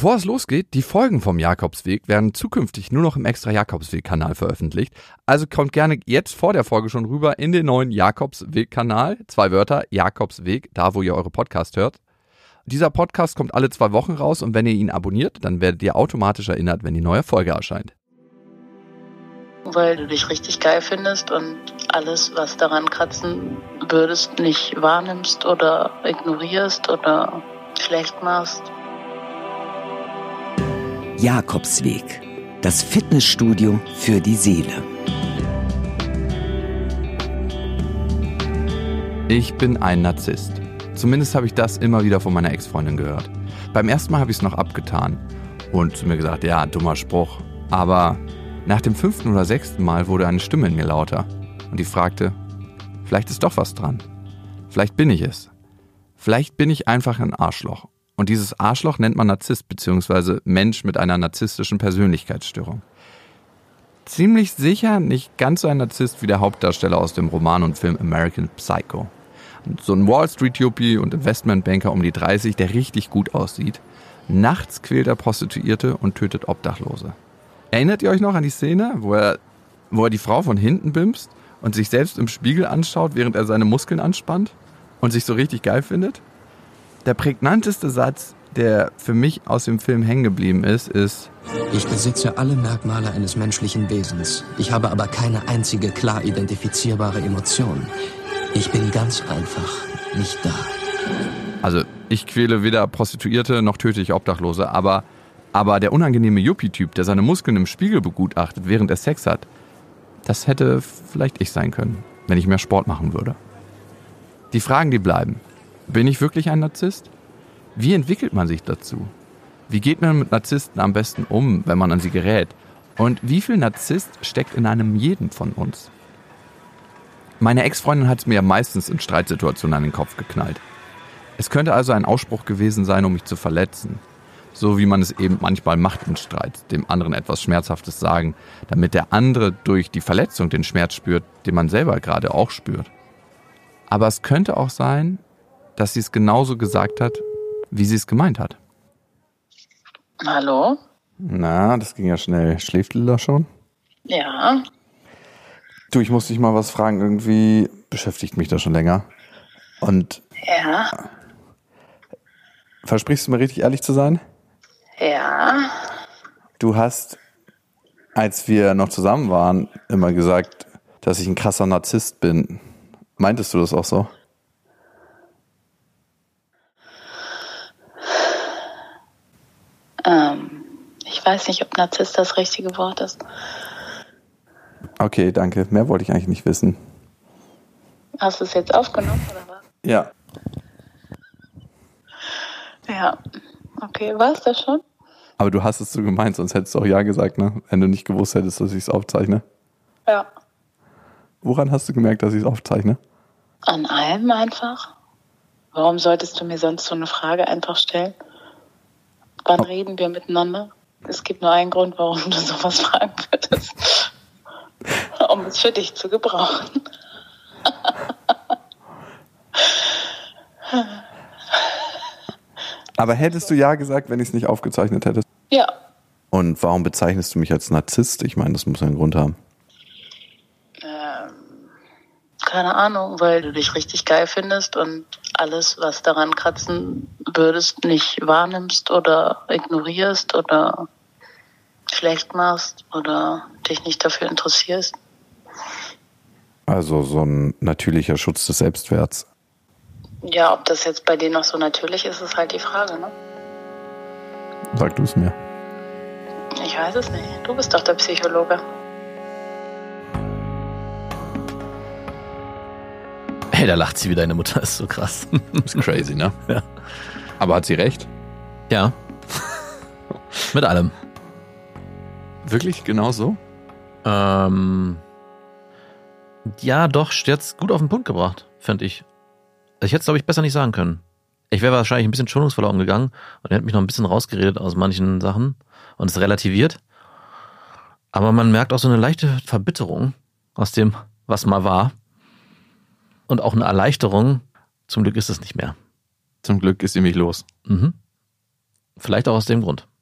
Bevor es losgeht, die Folgen vom Jakobsweg werden zukünftig nur noch im extra Jakobsweg-Kanal veröffentlicht. Also kommt gerne jetzt vor der Folge schon rüber in den neuen Jakobsweg-Kanal. 2 Wörter, Jakobsweg, da wo ihr eure Podcast hört. Dieser Podcast kommt alle 2 Wochen raus und wenn ihr ihn abonniert, dann werdet ihr automatisch erinnert, wenn die neue Folge erscheint. Weil du dich richtig geil findest und alles, was daran kratzen würdest, nicht wahrnimmst oder ignorierst oder schlecht machst. Jakobsweg, das Fitnessstudio für die Seele. Ich bin ein Narzisst. Zumindest habe ich das immer wieder von meiner Ex-Freundin gehört. Beim ersten Mal habe ich es noch abgetan und zu mir gesagt, ja, dummer Spruch. Aber nach dem 5. oder 6. Mal wurde eine Stimme in mir lauter und die fragte, vielleicht ist doch was dran. Vielleicht bin ich es. Vielleicht bin ich einfach ein Arschloch. Und dieses Arschloch nennt man Narzisst bzw. Mensch mit einer narzisstischen Persönlichkeitsstörung. Ziemlich sicher nicht ganz so ein Narzisst wie der Hauptdarsteller aus dem Roman und Film American Psycho. So ein Wall Street Yuppie und Investmentbanker um die 30, der richtig gut aussieht. Nachts quält er Prostituierte und tötet Obdachlose. Erinnert ihr euch noch an die Szene, wo er die Frau von hinten bimst und sich selbst im Spiegel anschaut, während er seine Muskeln anspannt und sich so richtig geil findet? Der prägnanteste Satz, der für mich aus dem Film hängen geblieben ist: Ich besitze alle Merkmale eines menschlichen Wesens. Ich habe aber keine einzige klar identifizierbare Emotion. Ich bin ganz einfach nicht da. Also, ich quäle weder Prostituierte noch töte ich Obdachlose, aber der unangenehme Yuppie-Typ, der seine Muskeln im Spiegel begutachtet, während er Sex hat, das hätte vielleicht ich sein können, wenn ich mehr Sport machen würde. Die Fragen, die bleiben. Bin ich wirklich ein Narzisst? Wie entwickelt man sich dazu? Wie geht man mit Narzissten am besten um, wenn man an sie gerät? Und wie viel Narzisst steckt in einem jeden von uns? Meine Ex-Freundin hat es mir ja meistens in Streitsituationen an den Kopf geknallt. Es könnte also ein Ausspruch gewesen sein, um mich zu verletzen. So wie man es eben manchmal macht im Streit, dem anderen etwas Schmerzhaftes sagen, damit der andere durch die Verletzung den Schmerz spürt, den man selber gerade auch spürt. Aber es könnte auch sein, dass sie es genauso gesagt hat, wie sie es gemeint hat. Hallo? Na, das ging ja schnell. Schläft Lilla schon? Ja. Du, ich muss dich mal was fragen. Irgendwie beschäftigt mich das schon länger. Und Ja. Versprichst du mir richtig ehrlich zu sein? Ja. Du hast, als wir noch zusammen waren, immer gesagt, dass ich ein krasser Narzisst bin. Meintest du das auch so? Ich weiß nicht, ob Narzisst das richtige Wort ist. Okay, danke. Mehr wollte ich eigentlich nicht wissen. Hast du es jetzt aufgenommen, oder was? Ja. Ja. Okay, war es das schon? Aber du hast es so gemeint, sonst hättest du auch ja gesagt, ne? Wenn du nicht gewusst hättest, dass ich es aufzeichne. Ja. Woran hast du gemerkt, dass ich es aufzeichne? An allem einfach. Warum solltest du mir sonst so eine Frage einfach stellen? Wann reden wir miteinander? Es gibt nur einen Grund, warum du sowas fragen würdest. Um es für dich zu gebrauchen. Aber hättest du ja gesagt, wenn ich es nicht aufgezeichnet hätte? Ja. Und warum bezeichnest du mich als Narzisst? Ich meine, das muss ja einen Grund haben. Keine Ahnung, weil du dich richtig geil findest und alles, was daran kratzen würdest, nicht wahrnimmst oder ignorierst oder schlecht machst oder dich nicht dafür interessierst. Also so ein natürlicher Schutz des Selbstwerts. Ja, ob das jetzt bei dir noch so natürlich ist, ist halt die Frage, ne? Sag du es mir. Ich weiß es nicht. Du bist doch der Psychologe. Hey, da lacht sie wieder, deine Mutter ist so krass. Ist crazy, ne? Ja. Aber hat sie recht? Ja. Mit allem. Wirklich genau so? Ja, doch, jetzt gut auf den Punkt gebracht, finde ich. Ich hätte es, glaube ich, besser nicht sagen können. Ich wäre wahrscheinlich ein bisschen schonungsvoller umgegangen und hätte mich noch ein bisschen rausgeredet aus manchen Sachen und es relativiert. Aber man merkt auch so eine leichte Verbitterung aus dem, was mal war. Und auch eine Erleichterung. Zum Glück ist es nicht mehr. Zum Glück ist sie mich los. Mhm. Vielleicht auch aus dem Grund.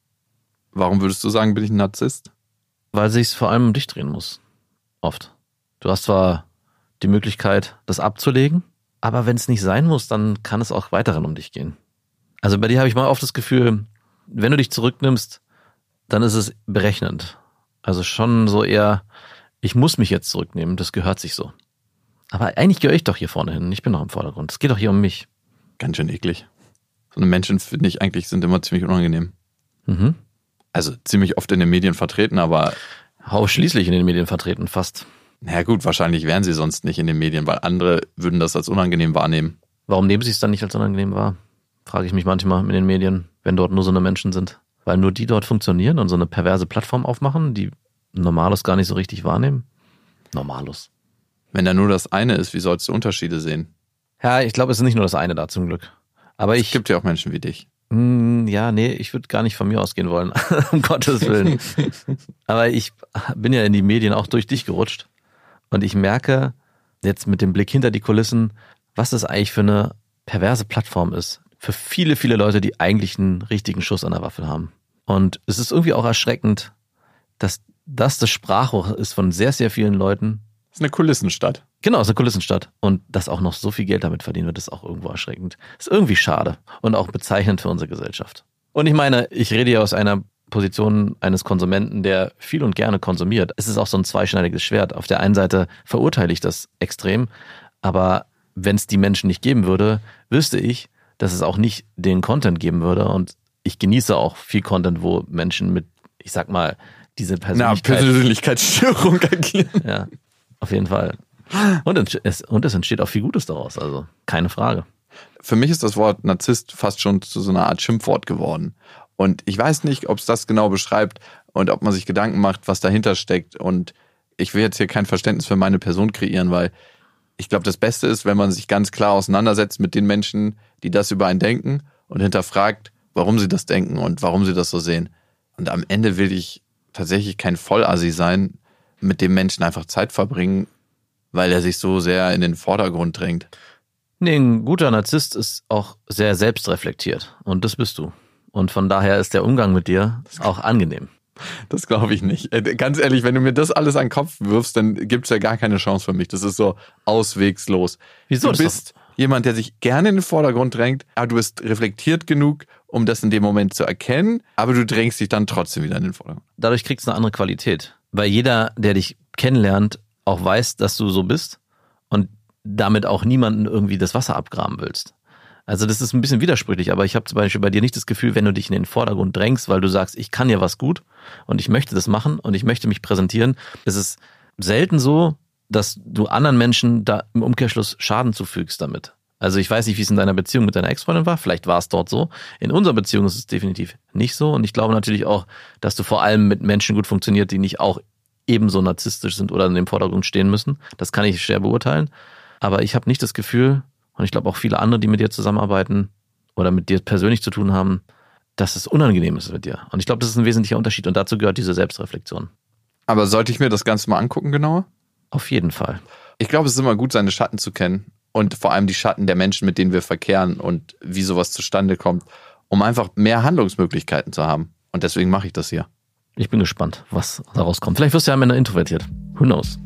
Warum würdest du sagen, bin ich ein Narzisst? Weil sich's vor allem um dich drehen muss. Oft. Du hast zwar die Möglichkeit, das abzulegen, aber wenn es nicht sein muss, dann kann es auch weiterhin um dich gehen. Also bei dir habe ich mal oft das Gefühl, wenn du dich zurücknimmst, dann ist es berechnend. Also schon so eher, ich muss mich jetzt zurücknehmen, das gehört sich so. Aber eigentlich gehöre ich doch hier vorne hin, ich bin doch im Vordergrund. Es geht doch hier um mich. Ganz schön eklig. So eine Menschen, finde ich, eigentlich sind immer ziemlich unangenehm. Mhm. Also ziemlich oft in den Medien vertreten, aber... Ausschließlich in den Medien vertreten, fast. Na gut, wahrscheinlich wären sie sonst nicht in den Medien, weil andere würden das als unangenehm wahrnehmen. Warum nehmen sie es dann nicht als unangenehm wahr? Frage ich mich manchmal in den Medien, wenn dort nur so eine Menschen sind. Weil nur die dort funktionieren und so eine perverse Plattform aufmachen, die Normalos gar nicht so richtig wahrnehmen. Normalos. Wenn da nur das eine ist, wie sollst du Unterschiede sehen? Ja, ich glaube, es ist nicht nur das eine da, zum Glück. Aber es gibt ja auch Menschen wie dich. Ja, nee, ich würde gar nicht von mir ausgehen wollen, um Gottes Willen. Aber ich bin ja in die Medien auch durch dich gerutscht. Und ich merke jetzt mit dem Blick hinter die Kulissen, was das eigentlich für eine perverse Plattform ist. Für viele, viele Leute, die eigentlich einen richtigen Schuss an der Waffe haben. Und es ist irgendwie auch erschreckend, dass das Sprachrohr ist von sehr, sehr vielen Leuten. Es ist eine Kulissenstadt. Genau, es ist eine Kulissenstadt. Und dass auch noch so viel Geld damit verdient wird, ist auch irgendwo erschreckend. Ist irgendwie schade und auch bezeichnend für unsere Gesellschaft. Und ich meine, ich rede ja aus einer Position eines Konsumenten, der viel und gerne konsumiert. Es ist auch so ein zweischneidiges Schwert. Auf der einen Seite verurteile ich das extrem, aber wenn es die Menschen nicht geben würde, wüsste ich, dass es auch nicht den Content geben würde. Und ich genieße auch viel Content, wo Menschen mit, ich sag mal, diese Persönlichkeitsstörung agieren. Ja, auf jeden Fall. Und es entsteht auch viel Gutes daraus, also keine Frage. Für mich ist das Wort Narzisst fast schon zu so einer Art Schimpfwort geworden. Und ich weiß nicht, ob es das genau beschreibt und ob man sich Gedanken macht, was dahinter steckt. Und ich will jetzt hier kein Verständnis für meine Person kreieren, weil ich glaube, das Beste ist, wenn man sich ganz klar auseinandersetzt mit den Menschen, die das über einen denken und hinterfragt, warum sie das denken und warum sie das so sehen. Und am Ende will ich tatsächlich kein Vollassi sein, mit dem Menschen einfach Zeit verbringen, weil er sich so sehr in den Vordergrund drängt. Nee, ein guter Narzisst ist auch sehr selbstreflektiert. Und das bist du. Und von daher ist der Umgang mit dir auch angenehm. Das glaube ich nicht. Ganz ehrlich, wenn du mir das alles an den Kopf wirfst, dann gibt es ja gar keine Chance für mich. Das ist so auswegslos. Wieso? Du bist jemand, der sich gerne in den Vordergrund drängt, aber du bist reflektiert genug, um das in dem Moment zu erkennen, aber du drängst dich dann trotzdem wieder in den Vordergrund. Dadurch kriegst du eine andere Qualität. Weil jeder, der dich kennenlernt, auch weiß, dass du so bist und damit auch niemanden irgendwie das Wasser abgraben willst. Also das ist ein bisschen widersprüchlich, aber ich habe zum Beispiel bei dir nicht das Gefühl, wenn du dich in den Vordergrund drängst, weil du sagst, ich kann ja was gut und ich möchte das machen und ich möchte mich präsentieren. Es ist selten so, dass du anderen Menschen da im Umkehrschluss Schaden zufügst damit. Also ich weiß nicht, wie es in deiner Beziehung mit deiner Ex-Freundin war, vielleicht war es dort so. In unserer Beziehung ist es definitiv nicht so und ich glaube natürlich auch, dass du vor allem mit Menschen gut funktioniert, die nicht auch ebenso narzisstisch sind oder in dem Vordergrund stehen müssen. Das kann ich schwer beurteilen, aber ich habe nicht das Gefühl, und ich glaube auch viele andere, die mit dir zusammenarbeiten oder mit dir persönlich zu tun haben, dass es unangenehm ist mit dir. Und ich glaube, das ist ein wesentlicher Unterschied und dazu gehört diese Selbstreflexion. Aber sollte ich mir das Ganze mal angucken genauer? Auf jeden Fall. Ich glaube, es ist immer gut, seine Schatten zu kennen und vor allem die Schatten der Menschen, mit denen wir verkehren und wie sowas zustande kommt, um einfach mehr Handlungsmöglichkeiten zu haben. Und deswegen mache ich das hier. Ich bin gespannt, was daraus kommt. Vielleicht wirst du ja am Ende introvertiert. Who knows?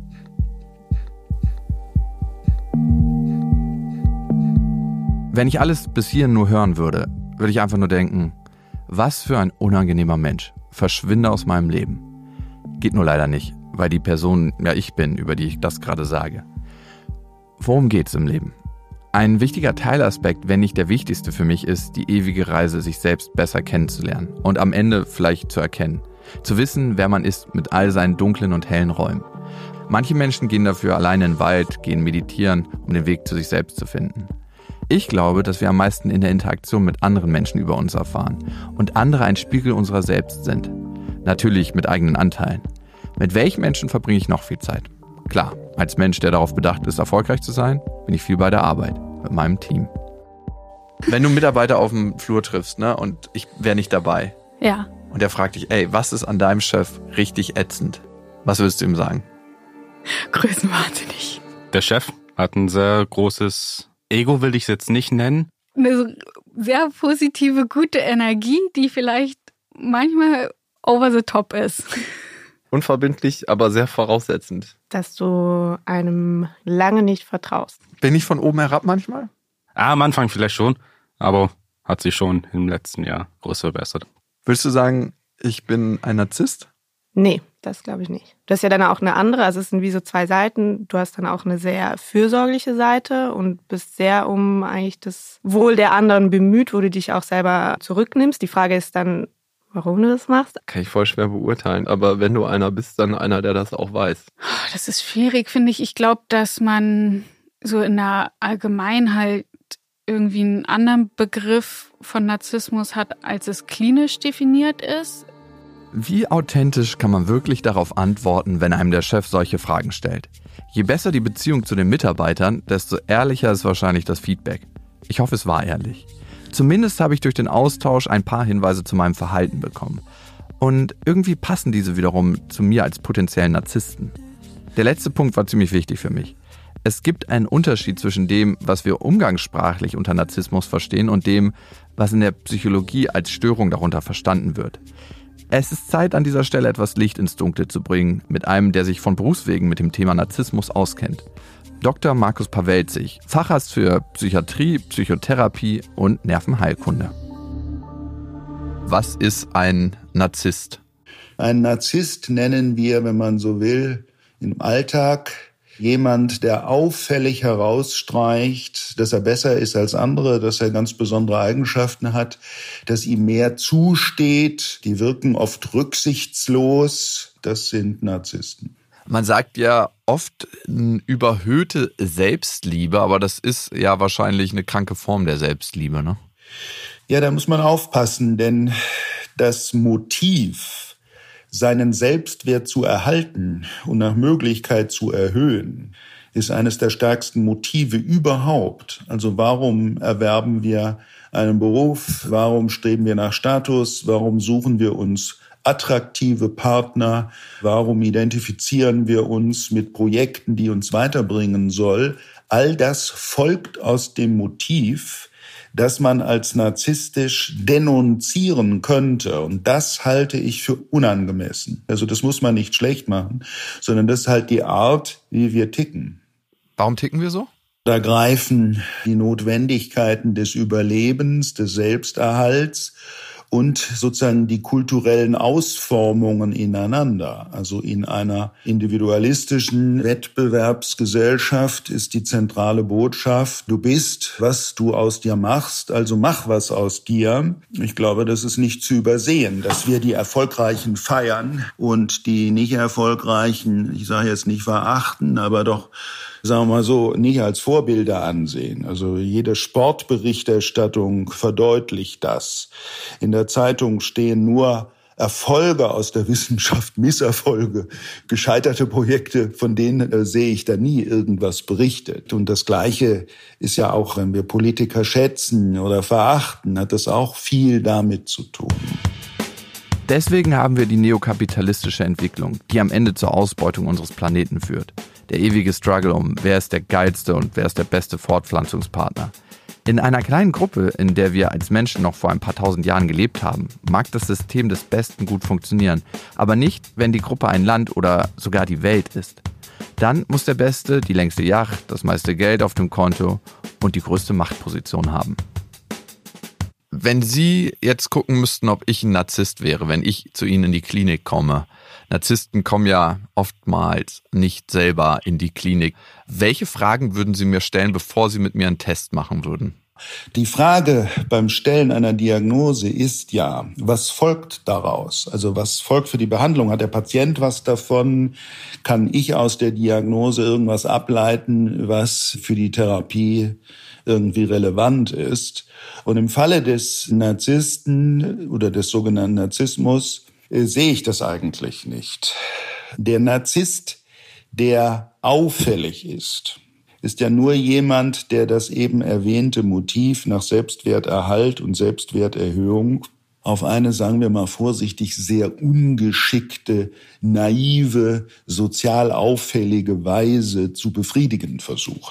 Wenn ich alles bis hierhin nur hören würde, würde ich einfach nur denken, was für ein unangenehmer Mensch. Verschwinde aus meinem Leben. Geht nur leider nicht, weil die Person ja ich bin, über die ich das gerade sage. Worum geht's im Leben? Ein wichtiger Teilaspekt, wenn nicht der wichtigste für mich, ist die ewige Reise, sich selbst besser kennenzulernen und am Ende vielleicht zu erkennen. Zu wissen, wer man ist mit all seinen dunklen und hellen Räumen. Manche Menschen gehen dafür alleine in den Wald, gehen meditieren, um den Weg zu sich selbst zu finden. Ich glaube, dass wir am meisten in der Interaktion mit anderen Menschen über uns erfahren und andere ein Spiegel unserer selbst sind. Natürlich mit eigenen Anteilen. Mit welchen Menschen verbringe ich noch viel Zeit? Klar, als Mensch, der darauf bedacht ist, erfolgreich zu sein, bin ich viel bei der Arbeit, mit meinem Team. Wenn du einen Mitarbeiter auf dem Flur triffst, ne, und ich wäre nicht dabei. Ja. Und der fragt dich, ey, was ist an deinem Chef richtig ätzend? Was würdest du ihm sagen? Größenwahnsinnig. Der Chef hat ein sehr großes Ego, will ich es jetzt nicht nennen. Eine sehr positive, gute Energie, die vielleicht manchmal over the top ist. Unverbindlich, aber sehr voraussetzend. Dass du einem lange nicht vertraust. Bin ich von oben herab manchmal? Am Anfang vielleicht schon, aber hat sich schon im letzten Jahr groß verbessert. Würdest du sagen, ich bin ein Narzisst? Nee, das glaube ich nicht. Du hast ja dann auch eine andere, also es sind wie so zwei Seiten. Du hast dann auch eine sehr fürsorgliche Seite und bist sehr um eigentlich das Wohl der anderen bemüht, wo du dich auch selber zurücknimmst. Die Frage ist dann, warum du das machst. Kann ich voll schwer beurteilen, aber wenn du einer bist, dann einer, der das auch weiß. Das ist schwierig, finde ich. Ich glaube, dass man so in der Allgemeinheit irgendwie einen anderen Begriff von Narzissmus hat, als es klinisch definiert ist. Wie authentisch kann man wirklich darauf antworten, wenn einem der Chef solche Fragen stellt? Je besser die Beziehung zu den Mitarbeitern, desto ehrlicher ist wahrscheinlich das Feedback. Ich hoffe, es war ehrlich. Zumindest habe ich durch den Austausch ein paar Hinweise zu meinem Verhalten bekommen. Und irgendwie passen diese wiederum zu mir als potenziellen Narzissten. Der letzte Punkt war ziemlich wichtig für mich. Es gibt einen Unterschied zwischen dem, was wir umgangssprachlich unter Narzissmus verstehen und dem, was in der Psychologie als Störung darunter verstanden wird. Es ist Zeit, an dieser Stelle etwas Licht ins Dunkle zu bringen, mit einem, der sich von Berufswegen mit dem Thema Narzissmus auskennt. Dr. Markus Pawelzig, Facharzt für Psychiatrie, Psychotherapie und Nervenheilkunde. Was ist ein Narzisst? Ein Narzisst nennen wir, wenn man so will, im Alltag jemand, der auffällig herausstreicht, dass er besser ist als andere, dass er ganz besondere Eigenschaften hat, dass ihm mehr zusteht. Die wirken oft rücksichtslos. Das sind Narzissten. Man sagt ja oft überhöhte Selbstliebe, aber das ist ja wahrscheinlich eine kranke Form der Selbstliebe, ne? Ja, da muss man aufpassen, denn das Motiv, seinen Selbstwert zu erhalten und nach Möglichkeit zu erhöhen, ist eines der stärksten Motive überhaupt. Also warum erwerben wir einen Beruf? Warum streben wir nach Status? Warum suchen wir uns attraktive Partner? Warum identifizieren wir uns mit Projekten, die uns weiterbringen soll? All das folgt aus dem Motiv, das man als narzisstisch denunzieren könnte. Und das halte ich für unangemessen. Also das muss man nicht schlecht machen, sondern das ist halt die Art, wie wir ticken. Warum ticken wir so? Da greifen die Notwendigkeiten des Überlebens, des Selbsterhalts und sozusagen die kulturellen Ausformungen ineinander. Also in einer individualistischen Wettbewerbsgesellschaft ist die zentrale Botschaft, du bist, was du aus dir machst, also mach was aus dir. Ich glaube, das ist nicht zu übersehen, dass wir die Erfolgreichen feiern und die nicht Erfolgreichen, ich sage jetzt nicht verachten, aber doch, sagen wir mal so, nicht als Vorbilder ansehen. Also jede Sportberichterstattung verdeutlicht das. In der Zeitung stehen nur Erfolge aus der Wissenschaft, Misserfolge, gescheiterte Projekte, von denen sehe ich da nie irgendwas berichtet. Und das Gleiche ist ja auch, wenn wir Politiker schätzen oder verachten, hat das auch viel damit zu tun. Deswegen haben wir die neokapitalistische Entwicklung, die am Ende zur Ausbeutung unseres Planeten führt. Der ewige Struggle um, wer ist der geilste und wer ist der beste Fortpflanzungspartner. In einer kleinen Gruppe, in der wir als Menschen noch vor ein paar tausend Jahren gelebt haben, mag das System des Besten gut funktionieren, aber nicht, wenn die Gruppe ein Land oder sogar die Welt ist. Dann muss der Beste die längste Yacht, das meiste Geld auf dem Konto und die größte Machtposition haben. Wenn Sie jetzt gucken müssten, ob ich ein Narzisst wäre, wenn ich zu Ihnen in die Klinik komme. Narzissten kommen ja oftmals nicht selber in die Klinik. Welche Fragen würden Sie mir stellen, bevor Sie mit mir einen Test machen würden? Die Frage beim Stellen einer Diagnose ist ja, was folgt daraus? Also was folgt für die Behandlung? Hat der Patient was davon? Kann ich aus der Diagnose irgendwas ableiten, was für die Therapie irgendwie relevant ist? Und im Falle des Narzissten oder des sogenannten Narzissmus sehe ich das eigentlich nicht. Der Narzisst, der auffällig ist ja nur jemand, der das eben erwähnte Motiv nach Selbstwerterhalt und Selbstwerterhöhung auf eine, sagen wir mal vorsichtig, sehr ungeschickte, naive, sozial auffällige Weise zu befriedigen versucht.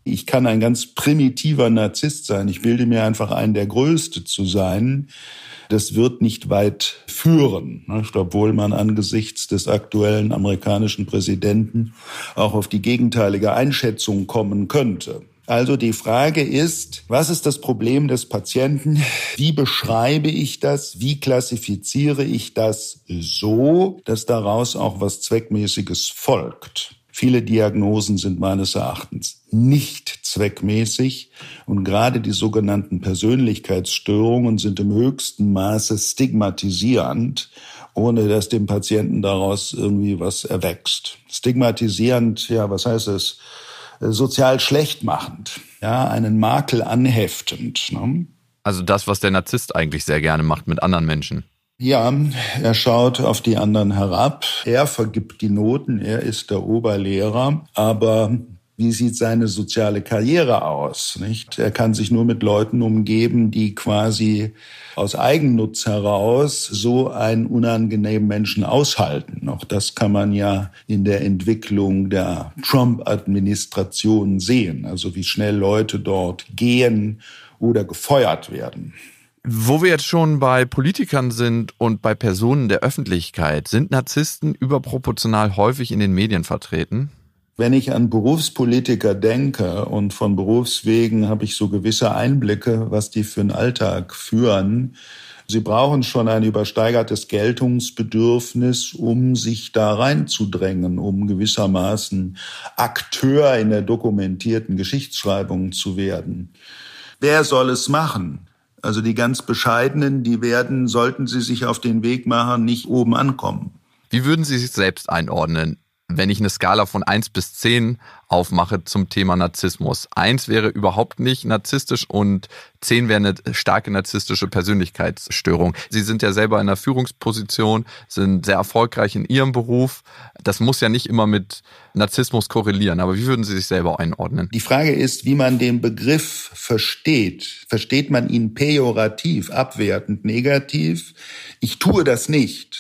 Ich kann ein ganz primitiver Narzisst sein. Ich bilde mir einfach ein, der Größte zu sein. Das wird nicht weit führen, obwohl man angesichts des aktuellen amerikanischen Präsidenten auch auf die gegenteilige Einschätzung kommen könnte. Also die Frage ist, was ist das Problem des Patienten? Wie beschreibe ich das? Wie klassifiziere ich das so, dass daraus auch was Zweckmäßiges folgt? Viele Diagnosen sind meines Erachtens nicht zweckmäßig und gerade die sogenannten Persönlichkeitsstörungen sind im höchsten Maße stigmatisierend, ohne dass dem Patienten daraus irgendwie was erwächst. Stigmatisierend, ja, was heißt es? Sozial schlechtmachend, ja, einen Makel anheftend. Ne? Also das, was der Narzisst eigentlich sehr gerne macht mit anderen Menschen. Ja, er schaut auf die anderen herab, er vergibt die Noten, er ist der Oberlehrer, aber wie sieht seine soziale Karriere aus? Nicht? Er kann sich nur mit Leuten umgeben, die quasi aus Eigennutz heraus so einen unangenehmen Menschen aushalten. Auch das kann man ja in der Entwicklung der Trump-Administration sehen. Also wie schnell Leute dort gehen oder gefeuert werden. Wo wir jetzt schon bei Politikern sind und bei Personen der Öffentlichkeit, sind Narzissten überproportional häufig in den Medien vertreten? Wenn ich an Berufspolitiker denke und von Berufswegen habe ich so gewisse Einblicke, was die für einen Alltag führen. Sie brauchen schon ein übersteigertes Geltungsbedürfnis, um sich da reinzudrängen, um gewissermaßen Akteur in der dokumentierten Geschichtsschreibung zu werden. Wer soll es machen? Also die ganz Bescheidenen, die werden, sollten sie sich auf den Weg machen, nicht oben ankommen. Wie würden Sie sich selbst einordnen, wenn ich eine Skala von 1 bis 10 aufmache zum Thema Narzissmus? 1 wäre überhaupt nicht narzisstisch und 10 wäre eine starke narzisstische Persönlichkeitsstörung. Sie sind ja selber in einer Führungsposition, sind sehr erfolgreich in Ihrem Beruf. Das muss ja nicht immer mit Narzissmus korrelieren, aber wie würden Sie sich selber einordnen? Die Frage ist, wie man den Begriff versteht. Versteht man ihn pejorativ, abwertend, negativ? Ich tue das nicht.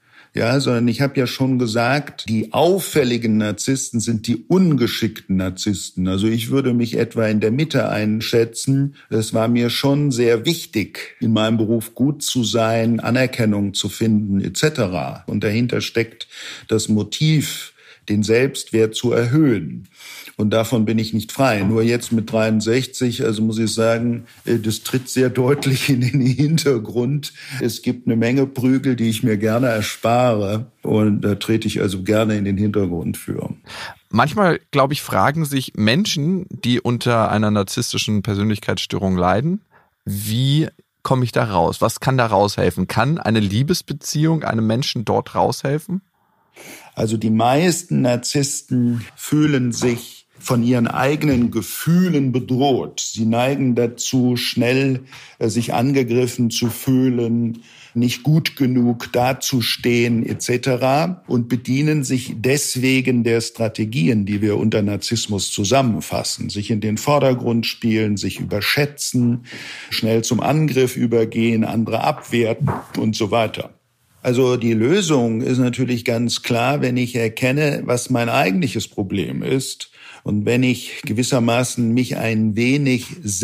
Ja, sondern ich habe ja schon gesagt, die auffälligen Narzissten sind die ungeschickten Narzissten. Also ich würde mich etwa in der Mitte einschätzen. Es war mir schon sehr wichtig, in meinem Beruf gut zu sein, Anerkennung zu finden etc. Und dahinter steckt das Motiv, den Selbstwert zu erhöhen. Und davon bin ich nicht frei. Nur jetzt mit 63, also muss ich sagen, das tritt sehr deutlich in den Hintergrund. Es gibt eine Menge Prügel, die ich mir gerne erspare. Und da trete ich also gerne in den Hintergrund für. Manchmal, glaube ich, fragen sich Menschen, die unter einer narzisstischen Persönlichkeitsstörung leiden, wie komme ich da raus? Was kann da raushelfen? Kann eine Liebesbeziehung einem Menschen dort raushelfen? Also die meisten Narzissten fühlen sich von ihren eigenen Gefühlen bedroht. Sie neigen dazu, schnell sich angegriffen zu fühlen, nicht gut genug dazustehen etc. und bedienen sich deswegen der Strategien, die wir unter Narzissmus zusammenfassen. Sich in den Vordergrund spielen, sich überschätzen, schnell zum Angriff übergehen, andere abwerten und so weiter. Also die Lösung ist natürlich ganz klar, wenn ich erkenne, was mein eigentliches Problem ist und wenn ich gewissermaßen mich ein wenig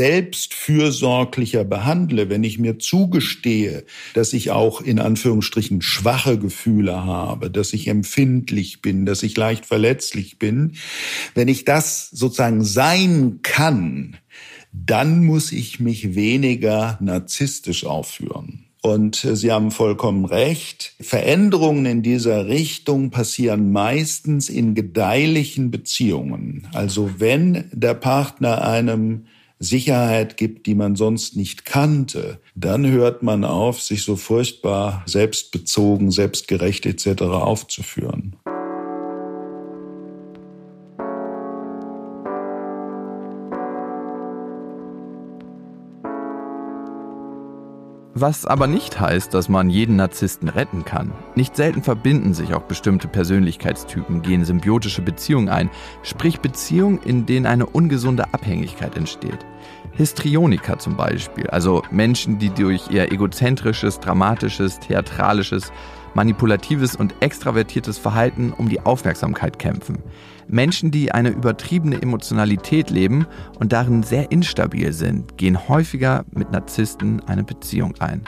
selbstfürsorglicher behandle, wenn ich mir zugestehe, dass ich auch in Anführungsstrichen schwache Gefühle habe, dass ich empfindlich bin, dass ich leicht verletzlich bin, wenn ich das sozusagen sein kann, dann muss ich mich weniger narzisstisch aufführen. Und Sie haben vollkommen recht. Veränderungen in dieser Richtung passieren meistens in gedeihlichen Beziehungen. Also wenn der Partner einem Sicherheit gibt, die man sonst nicht kannte, dann hört man auf, sich so furchtbar selbstbezogen, selbstgerecht etc. aufzuführen. Was aber nicht heißt, dass man jeden Narzissten retten kann. Nicht selten verbinden sich auch bestimmte Persönlichkeitstypen, gehen symbiotische Beziehungen ein, sprich Beziehungen, in denen eine ungesunde Abhängigkeit entsteht. Histrioniker zum Beispiel, also Menschen, die durch ihr egozentrisches, dramatisches, theatralisches, manipulatives und extravertiertes Verhalten um die Aufmerksamkeit kämpfen. Menschen, die eine übertriebene Emotionalität leben und darin sehr instabil sind, gehen häufiger mit Narzissten eine Beziehung ein.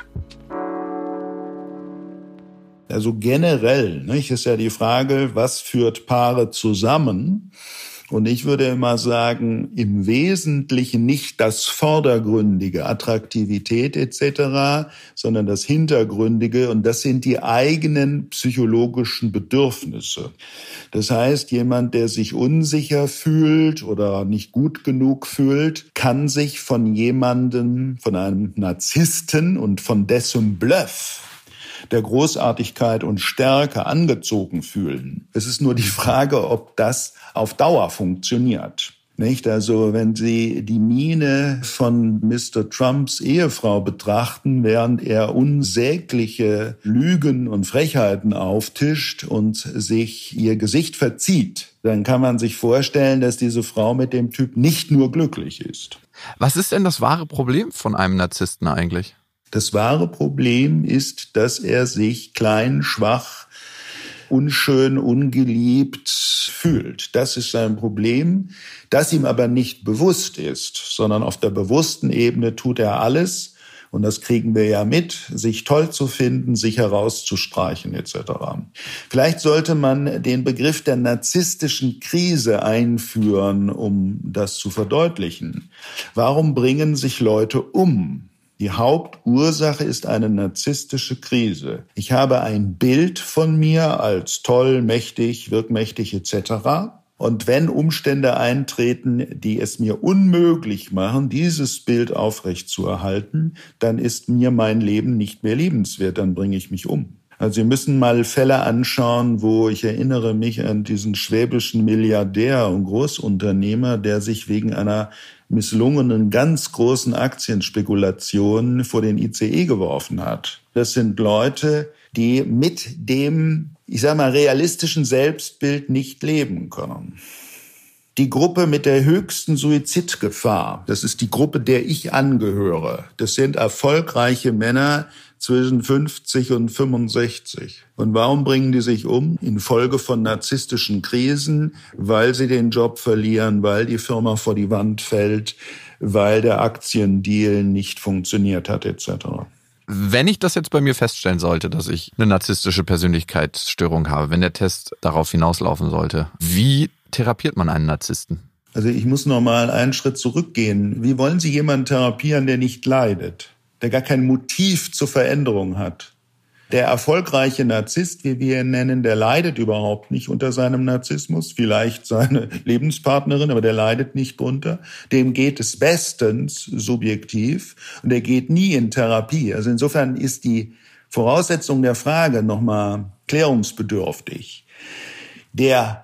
Also generell, nicht, ist ja die Frage, was führt Paare zusammen? Und ich würde immer sagen, im Wesentlichen nicht das Vordergründige, Attraktivität etc., sondern das Hintergründige, und das sind die eigenen psychologischen Bedürfnisse. Das heißt, jemand, der sich unsicher fühlt oder nicht gut genug fühlt, kann sich von jemandem, von einem Narzissten und von dessen Bluff, der Großartigkeit und Stärke angezogen fühlen. Es ist nur die Frage, ob das auf Dauer funktioniert. Nicht? Also wenn Sie die Miene von Mr. Trumps Ehefrau betrachten, während er unsägliche Lügen und Frechheiten auftischt und sich ihr Gesicht verzieht, dann kann man sich vorstellen, dass diese Frau mit dem Typ nicht nur glücklich ist. Was ist denn das wahre Problem von einem Narzissten eigentlich? Das wahre Problem ist, dass er sich klein, schwach, unschön, ungeliebt fühlt. Das ist sein Problem, das ihm aber nicht bewusst ist, sondern auf der bewussten Ebene tut er alles, und das kriegen wir ja mit, sich toll zu finden, sich herauszustreichen etc. Vielleicht sollte man den Begriff der narzisstischen Krise einführen, um das zu verdeutlichen. Warum bringen sich Leute um? Die Hauptursache ist eine narzisstische Krise. Ich habe ein Bild von mir als toll, mächtig, wirkmächtig etc. Und wenn Umstände eintreten, die es mir unmöglich machen, dieses Bild aufrechtzuerhalten, dann ist mir mein Leben nicht mehr lebenswert, dann bringe ich mich um. Also Sie müssen mal Fälle anschauen, wo, ich erinnere mich an diesen schwäbischen Milliardär und Großunternehmer, der sich wegen einer misslungenen, ganz großen Aktienspekulationen vor den ICE geworfen hat. Das sind Leute, die mit dem, ich sag mal, realistischen Selbstbild nicht leben können. Die Gruppe mit der höchsten Suizidgefahr, das ist die Gruppe, der ich angehöre. Das sind erfolgreiche Männer zwischen 50 und 65. Und warum bringen die sich um? Infolge von narzisstischen Krisen, weil sie den Job verlieren, weil die Firma vor die Wand fällt, weil der Aktiendeal nicht funktioniert hat, etc. Wenn ich das jetzt bei mir feststellen sollte, dass ich eine narzisstische Persönlichkeitsstörung habe, wenn der Test darauf hinauslaufen sollte, wie therapiert man einen Narzissten? Also ich muss noch mal einen Schritt zurückgehen. Wie wollen Sie jemanden therapieren, der nicht leidet, der gar kein Motiv zur Veränderung hat? Der erfolgreiche Narzisst, wie wir ihn nennen, der leidet überhaupt nicht unter seinem Narzissmus. Vielleicht seine Lebenspartnerin, aber der leidet nicht drunter. Dem geht es bestens subjektiv und er geht nie in Therapie. Also insofern ist die Voraussetzung der Frage nochmal klärungsbedürftig. Der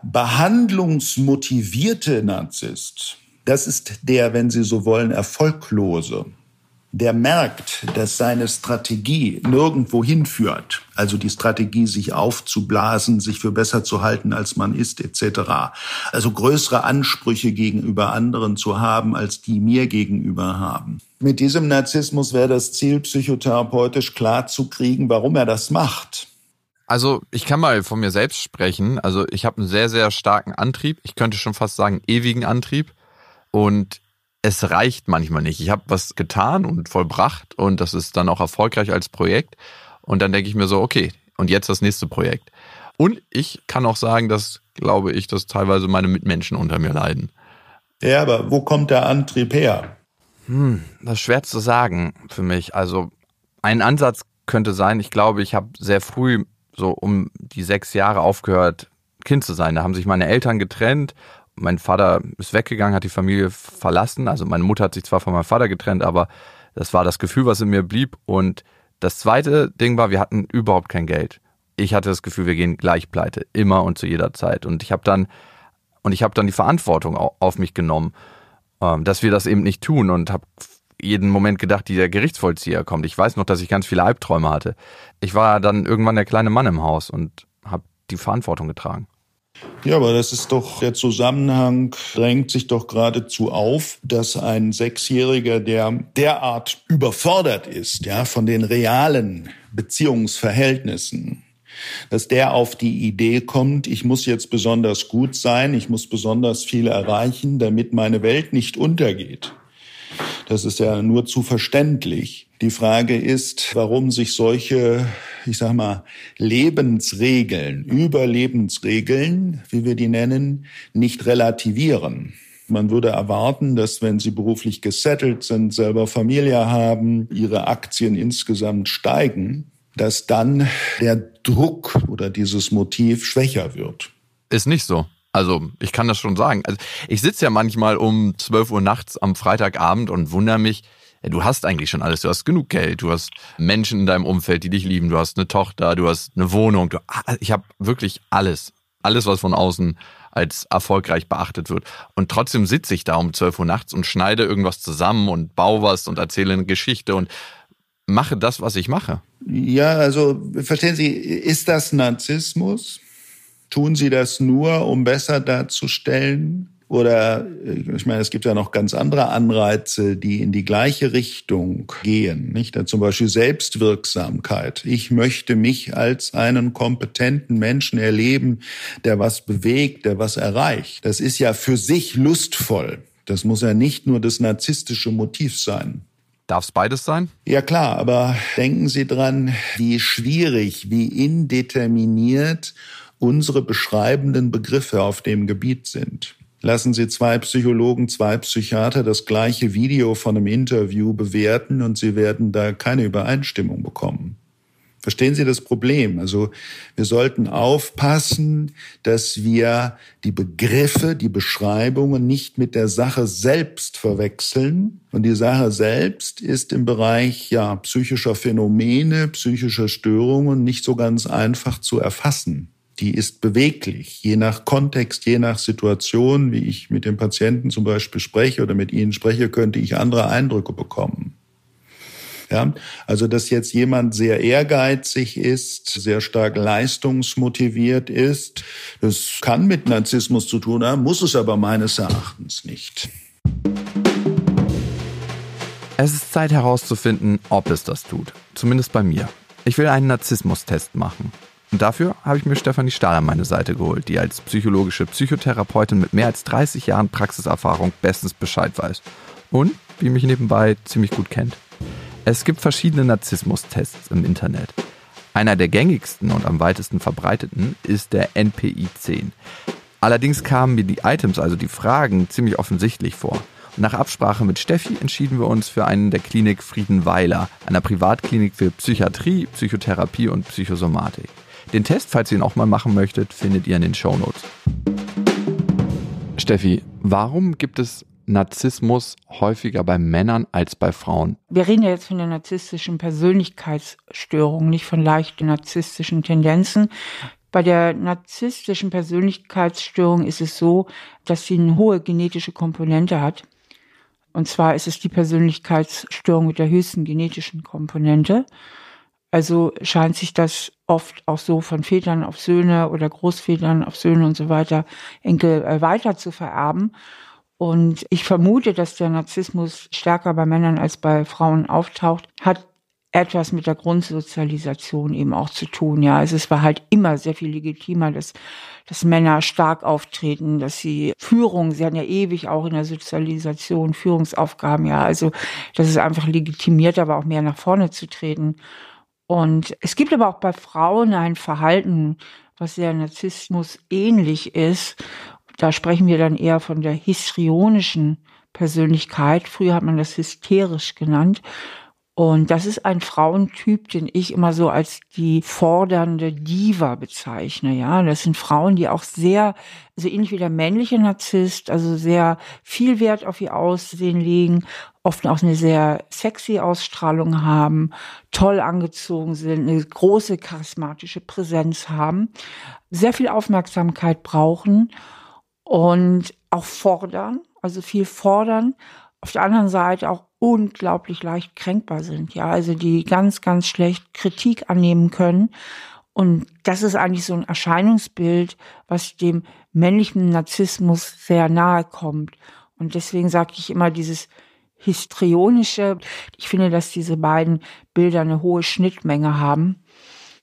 behandlungsmotivierte Narzisst, das ist der, wenn Sie so wollen, Erfolglose. Der merkt, dass seine Strategie nirgendwo hinführt. Also die Strategie, sich aufzublasen, sich für besser zu halten, als man ist, etc. Also größere Ansprüche gegenüber anderen zu haben, als die mir gegenüber haben. Mit diesem Narzissmus wäre das Ziel, psychotherapeutisch klarzukriegen, warum er das macht. Also ich kann mal von mir selbst sprechen. Also ich habe einen sehr, sehr starken Antrieb. Ich könnte schon fast sagen, ewigen Antrieb. Und es reicht manchmal nicht. Ich habe was getan und vollbracht und das ist dann auch erfolgreich als Projekt. Und dann denke ich mir so, okay, und jetzt das nächste Projekt. Und ich kann auch sagen, dass, glaube ich, dass teilweise meine Mitmenschen unter mir leiden. Ja, aber wo kommt der Antrieb her? Das ist schwer zu sagen für mich. Also ein Ansatz könnte sein, ich glaube, ich habe sehr früh, so um die 6 Jahre aufgehört, Kind zu sein. Da haben sich meine Eltern getrennt. Mein Vater ist weggegangen, hat die Familie verlassen. Also meine Mutter hat sich zwar von meinem Vater getrennt, aber das war das Gefühl, was in mir blieb. Und das zweite Ding war, wir hatten überhaupt kein Geld. Ich hatte das Gefühl, wir gehen gleich pleite, immer und zu jeder Zeit. Und ich habe dann die Verantwortung auf mich genommen, dass wir das eben nicht tun, und habe jeden Moment gedacht, der Gerichtsvollzieher kommt. Ich weiß noch, dass ich ganz viele Albträume hatte. Ich war dann irgendwann der kleine Mann im Haus und habe die Verantwortung getragen. Ja, aber das ist doch, der Zusammenhang drängt sich doch geradezu auf, dass ein 6-Jähriger, der derart überfordert ist, ja, von den realen Beziehungsverhältnissen, dass der auf die Idee kommt, ich muss jetzt besonders gut sein, ich muss besonders viel erreichen, damit meine Welt nicht untergeht. Das ist ja nur zu verständlich. Die Frage ist, warum sich solche, Lebensregeln, Überlebensregeln, wie wir die nennen, nicht relativieren. Man würde erwarten, dass wenn sie beruflich gesettelt sind, selber Familie haben, ihre Aktien insgesamt steigen, dass dann der Druck oder dieses Motiv schwächer wird. Ist nicht so. Also ich kann das schon sagen. Also ich sitze ja manchmal um 12 Uhr nachts am Freitagabend und wundere mich, du hast eigentlich schon alles. Du hast genug Geld, du hast Menschen in deinem Umfeld, die dich lieben, du hast eine Tochter, du hast eine Wohnung. Ich habe wirklich alles. Alles, was von außen als erfolgreich beachtet wird. Und trotzdem sitze ich da um 12 Uhr nachts und schneide irgendwas zusammen und baue was und erzähle eine Geschichte und mache das, was ich mache. Ja, also verstehen Sie, ist das Narzissmus? Tun Sie das nur, um besser darzustellen? Oder, ich meine, es gibt ja noch ganz andere Anreize, die in die gleiche Richtung gehen, nicht? Zum Beispiel Selbstwirksamkeit. Ich möchte mich als einen kompetenten Menschen erleben, der was bewegt, der was erreicht. Das ist ja für sich lustvoll. Das muss ja nicht nur das narzisstische Motiv sein. Darf es beides sein? Ja klar, aber denken Sie dran, wie schwierig, wie indeterminiert unsere beschreibenden Begriffe auf dem Gebiet sind. Lassen Sie 2 Psychologen, 2 Psychiater das gleiche Video von einem Interview bewerten und Sie werden da keine Übereinstimmung bekommen. Verstehen Sie das Problem? Also wir sollten aufpassen, dass wir die Begriffe, die Beschreibungen nicht mit der Sache selbst verwechseln. Und die Sache selbst ist im Bereich psychischer Phänomene, psychischer Störungen nicht so ganz einfach zu erfassen. Die ist beweglich, je nach Kontext, je nach Situation, wie ich mit dem Patienten zum Beispiel spreche oder mit Ihnen spreche, könnte ich andere Eindrücke bekommen. Ja, also dass jetzt jemand sehr ehrgeizig ist, sehr stark leistungsmotiviert ist, das kann mit Narzissmus zu tun haben, muss es aber meines Erachtens nicht. Es ist Zeit herauszufinden, ob es das tut. Zumindest bei mir. Ich will einen Narzissmustest machen. Und dafür habe ich mir Stefanie Stahl an meine Seite geholt, die als psychologische Psychotherapeutin mit mehr als 30 Jahren Praxiserfahrung bestens Bescheid weiß. Und, wie mich nebenbei, ziemlich gut kennt. Es gibt verschiedene Narzissmustests im Internet. Einer der gängigsten und am weitesten verbreiteten ist der NPI-10. Allerdings kamen mir die Items, also die Fragen, ziemlich offensichtlich vor. Und nach Absprache mit Steffi entschieden wir uns für einen der Klinik Friedenweiler, einer Privatklinik für Psychiatrie, Psychotherapie und Psychosomatik. Den Test, falls ihr ihn auch mal machen möchtet, findet ihr in den Shownotes. Steffi, warum gibt es Narzissmus häufiger bei Männern als bei Frauen? Wir reden ja jetzt von der narzisstischen Persönlichkeitsstörung, nicht von leichten narzisstischen Tendenzen. Bei der narzisstischen Persönlichkeitsstörung ist es so, dass sie eine hohe genetische Komponente hat. Und zwar ist es die Persönlichkeitsstörung mit der höchsten genetischen Komponente. Also scheint sich das oft auch so von Vätern auf Söhne oder Großvätern auf Söhne und so weiter, Enkel weiter zu vererben. Und ich vermute, dass der Narzissmus stärker bei Männern als bei Frauen auftaucht, hat etwas mit der Grundsozialisation eben auch zu tun. Ja, es war halt immer sehr viel legitimer, dass Männer stark auftreten, dass sie sie haben ja ewig auch in der Sozialisation Führungsaufgaben, ja, also das ist einfach legitimiert, aber auch mehr nach vorne zu treten. Und es gibt aber auch bei Frauen ein Verhalten, was sehr Narzissmus ähnlich ist. Da sprechen wir dann eher von der histrionischen Persönlichkeit. Früher hat man das hysterisch genannt. Und das ist ein Frauentyp, den ich immer so als die fordernde Diva bezeichne. Ja, das sind Frauen, die auch sehr, also ähnlich wie der männliche Narzisst, also sehr viel Wert auf ihr Aussehen legen, oft auch eine sehr sexy Ausstrahlung haben, toll angezogen sind, eine große charismatische Präsenz haben, sehr viel Aufmerksamkeit brauchen und auch fordern, also viel fordern. Auf der anderen Seite auch unglaublich leicht kränkbar sind, ja, also die ganz, ganz schlecht Kritik annehmen können. Und das ist eigentlich so ein Erscheinungsbild, was dem männlichen Narzissmus sehr nahe kommt. Und deswegen sage ich immer dieses Histrionische. Ich finde, dass diese beiden Bilder eine hohe Schnittmenge haben.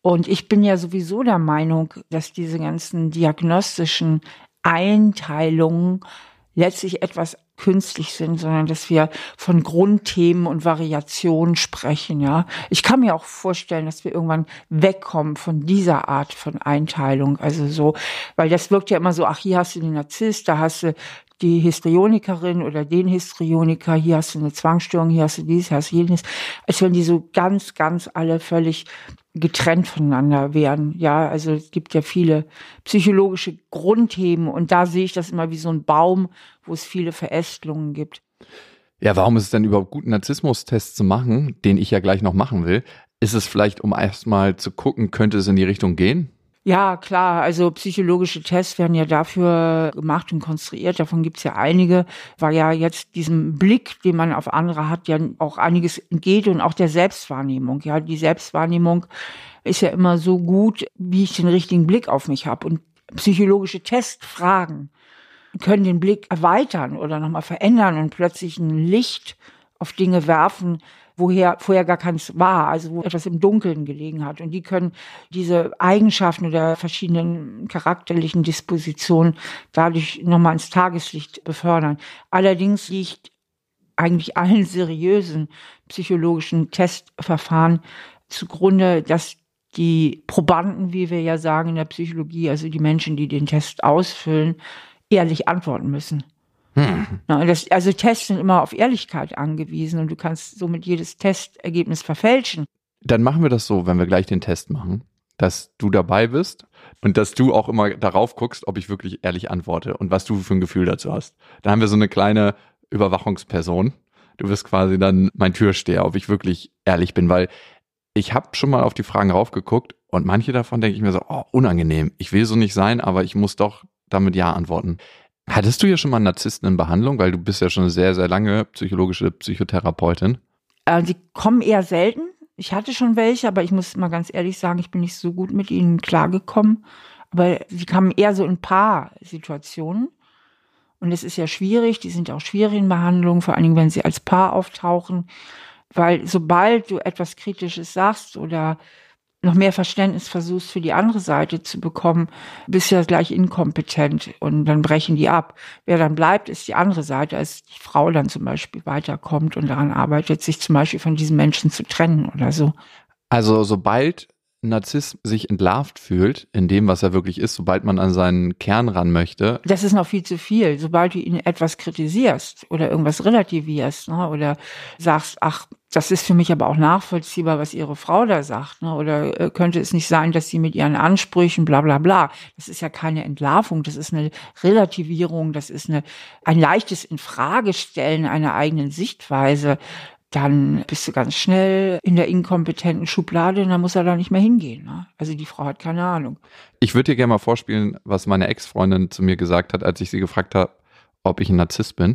Und ich bin ja sowieso der Meinung, dass diese ganzen diagnostischen Einteilungen letztlich etwas künstlich sind, sondern dass wir von Grundthemen und Variationen sprechen, ja. Ich kann mir auch vorstellen, dass wir irgendwann wegkommen von dieser Art von Einteilung, also so, weil das wirkt ja immer so, ach, hier hast du den Narzisst, da hast du die Histrionikerin oder den Histrioniker, hier hast du eine Zwangsstörung, hier hast du dies, hier hast du jenes, als wenn die so ganz, ganz alle völlig getrennt voneinander wären. Ja, also es gibt ja viele psychologische Grundthemen und da sehe ich das immer wie so ein Baum, wo es viele Verästelungen gibt. Ja, warum ist es denn überhaupt gut, einen Narzissmus-Test zu machen, den ich ja gleich noch machen will? Ist es vielleicht, um erstmal zu gucken, könnte es in die Richtung gehen? Ja, klar, also psychologische Tests werden ja dafür gemacht und konstruiert, davon gibt's ja einige, weil ja jetzt diesem Blick, den man auf andere hat, ja auch einiges entgeht und auch der Selbstwahrnehmung. Ja, die Selbstwahrnehmung ist ja immer so gut, wie ich den richtigen Blick auf mich habe. Und psychologische Testfragen können den Blick erweitern oder nochmal verändern und plötzlich ein Licht auf Dinge werfen, woher vorher gar keins war, also wo etwas im Dunkeln gelegen hat. Und die können diese Eigenschaften oder verschiedenen charakterlichen Dispositionen dadurch nochmal ins Tageslicht befördern. Allerdings liegt eigentlich allen seriösen psychologischen Testverfahren zugrunde, dass die Probanden, wie wir ja sagen in der Psychologie, also die Menschen, die den Test ausfüllen, ehrlich antworten müssen. Also Tests sind immer auf Ehrlichkeit angewiesen und du kannst somit jedes Testergebnis verfälschen. Dann machen wir das so, wenn wir gleich den Test machen, dass du dabei bist und dass du auch immer darauf guckst, ob ich wirklich ehrlich antworte und was du für ein Gefühl dazu hast. Da haben wir so eine kleine Überwachungsperson. Du bist quasi dann mein Türsteher, ob ich wirklich ehrlich bin, weil ich habe schon mal auf die Fragen raufgeguckt und manche davon denke ich mir so, oh, unangenehm. Ich will so nicht sein, aber ich muss doch damit Ja antworten. Hattest du ja schon mal einen Narzissten in Behandlung? Weil du bist ja schon sehr, sehr lange psychologische Psychotherapeutin. Sie kommen eher selten. Ich hatte schon welche, aber ich muss mal ganz ehrlich sagen, ich bin nicht so gut mit ihnen klargekommen. Aber sie kamen eher so in Paar-Situationen. Und es ist ja schwierig, die sind auch schwierig in Behandlung, vor allen Dingen, wenn sie als Paar auftauchen. Weil sobald du etwas Kritisches sagst oder noch mehr Verständnis versuchst für die andere Seite zu bekommen, bist du ja gleich inkompetent und dann brechen die ab. Wer dann bleibt, ist die andere Seite, als die Frau dann zum Beispiel weiterkommt und daran arbeitet, sich zum Beispiel von diesen Menschen zu trennen oder so. Also sobald ein Narzisst sich entlarvt fühlt in dem, was er wirklich ist, sobald man an seinen Kern ran möchte. Das ist noch viel zu viel. Sobald du ihn etwas kritisierst oder irgendwas relativierst, ne, oder sagst, ach, das ist für mich aber auch nachvollziehbar, was ihre Frau da sagt, ne, oder könnte es nicht sein, dass sie mit ihren Ansprüchen bla bla bla. Das ist ja keine Entlarvung, das ist eine Relativierung, das ist ein leichtes Infragestellen einer eigenen Sichtweise. Dann bist du ganz schnell in der inkompetenten Schublade und dann muss er da nicht mehr hingehen. Ne? Also die Frau hat keine Ahnung. Ich würde dir gerne mal vorspielen, was meine Ex-Freundin zu mir gesagt hat, als ich sie gefragt habe, ob ich ein Narzisst bin.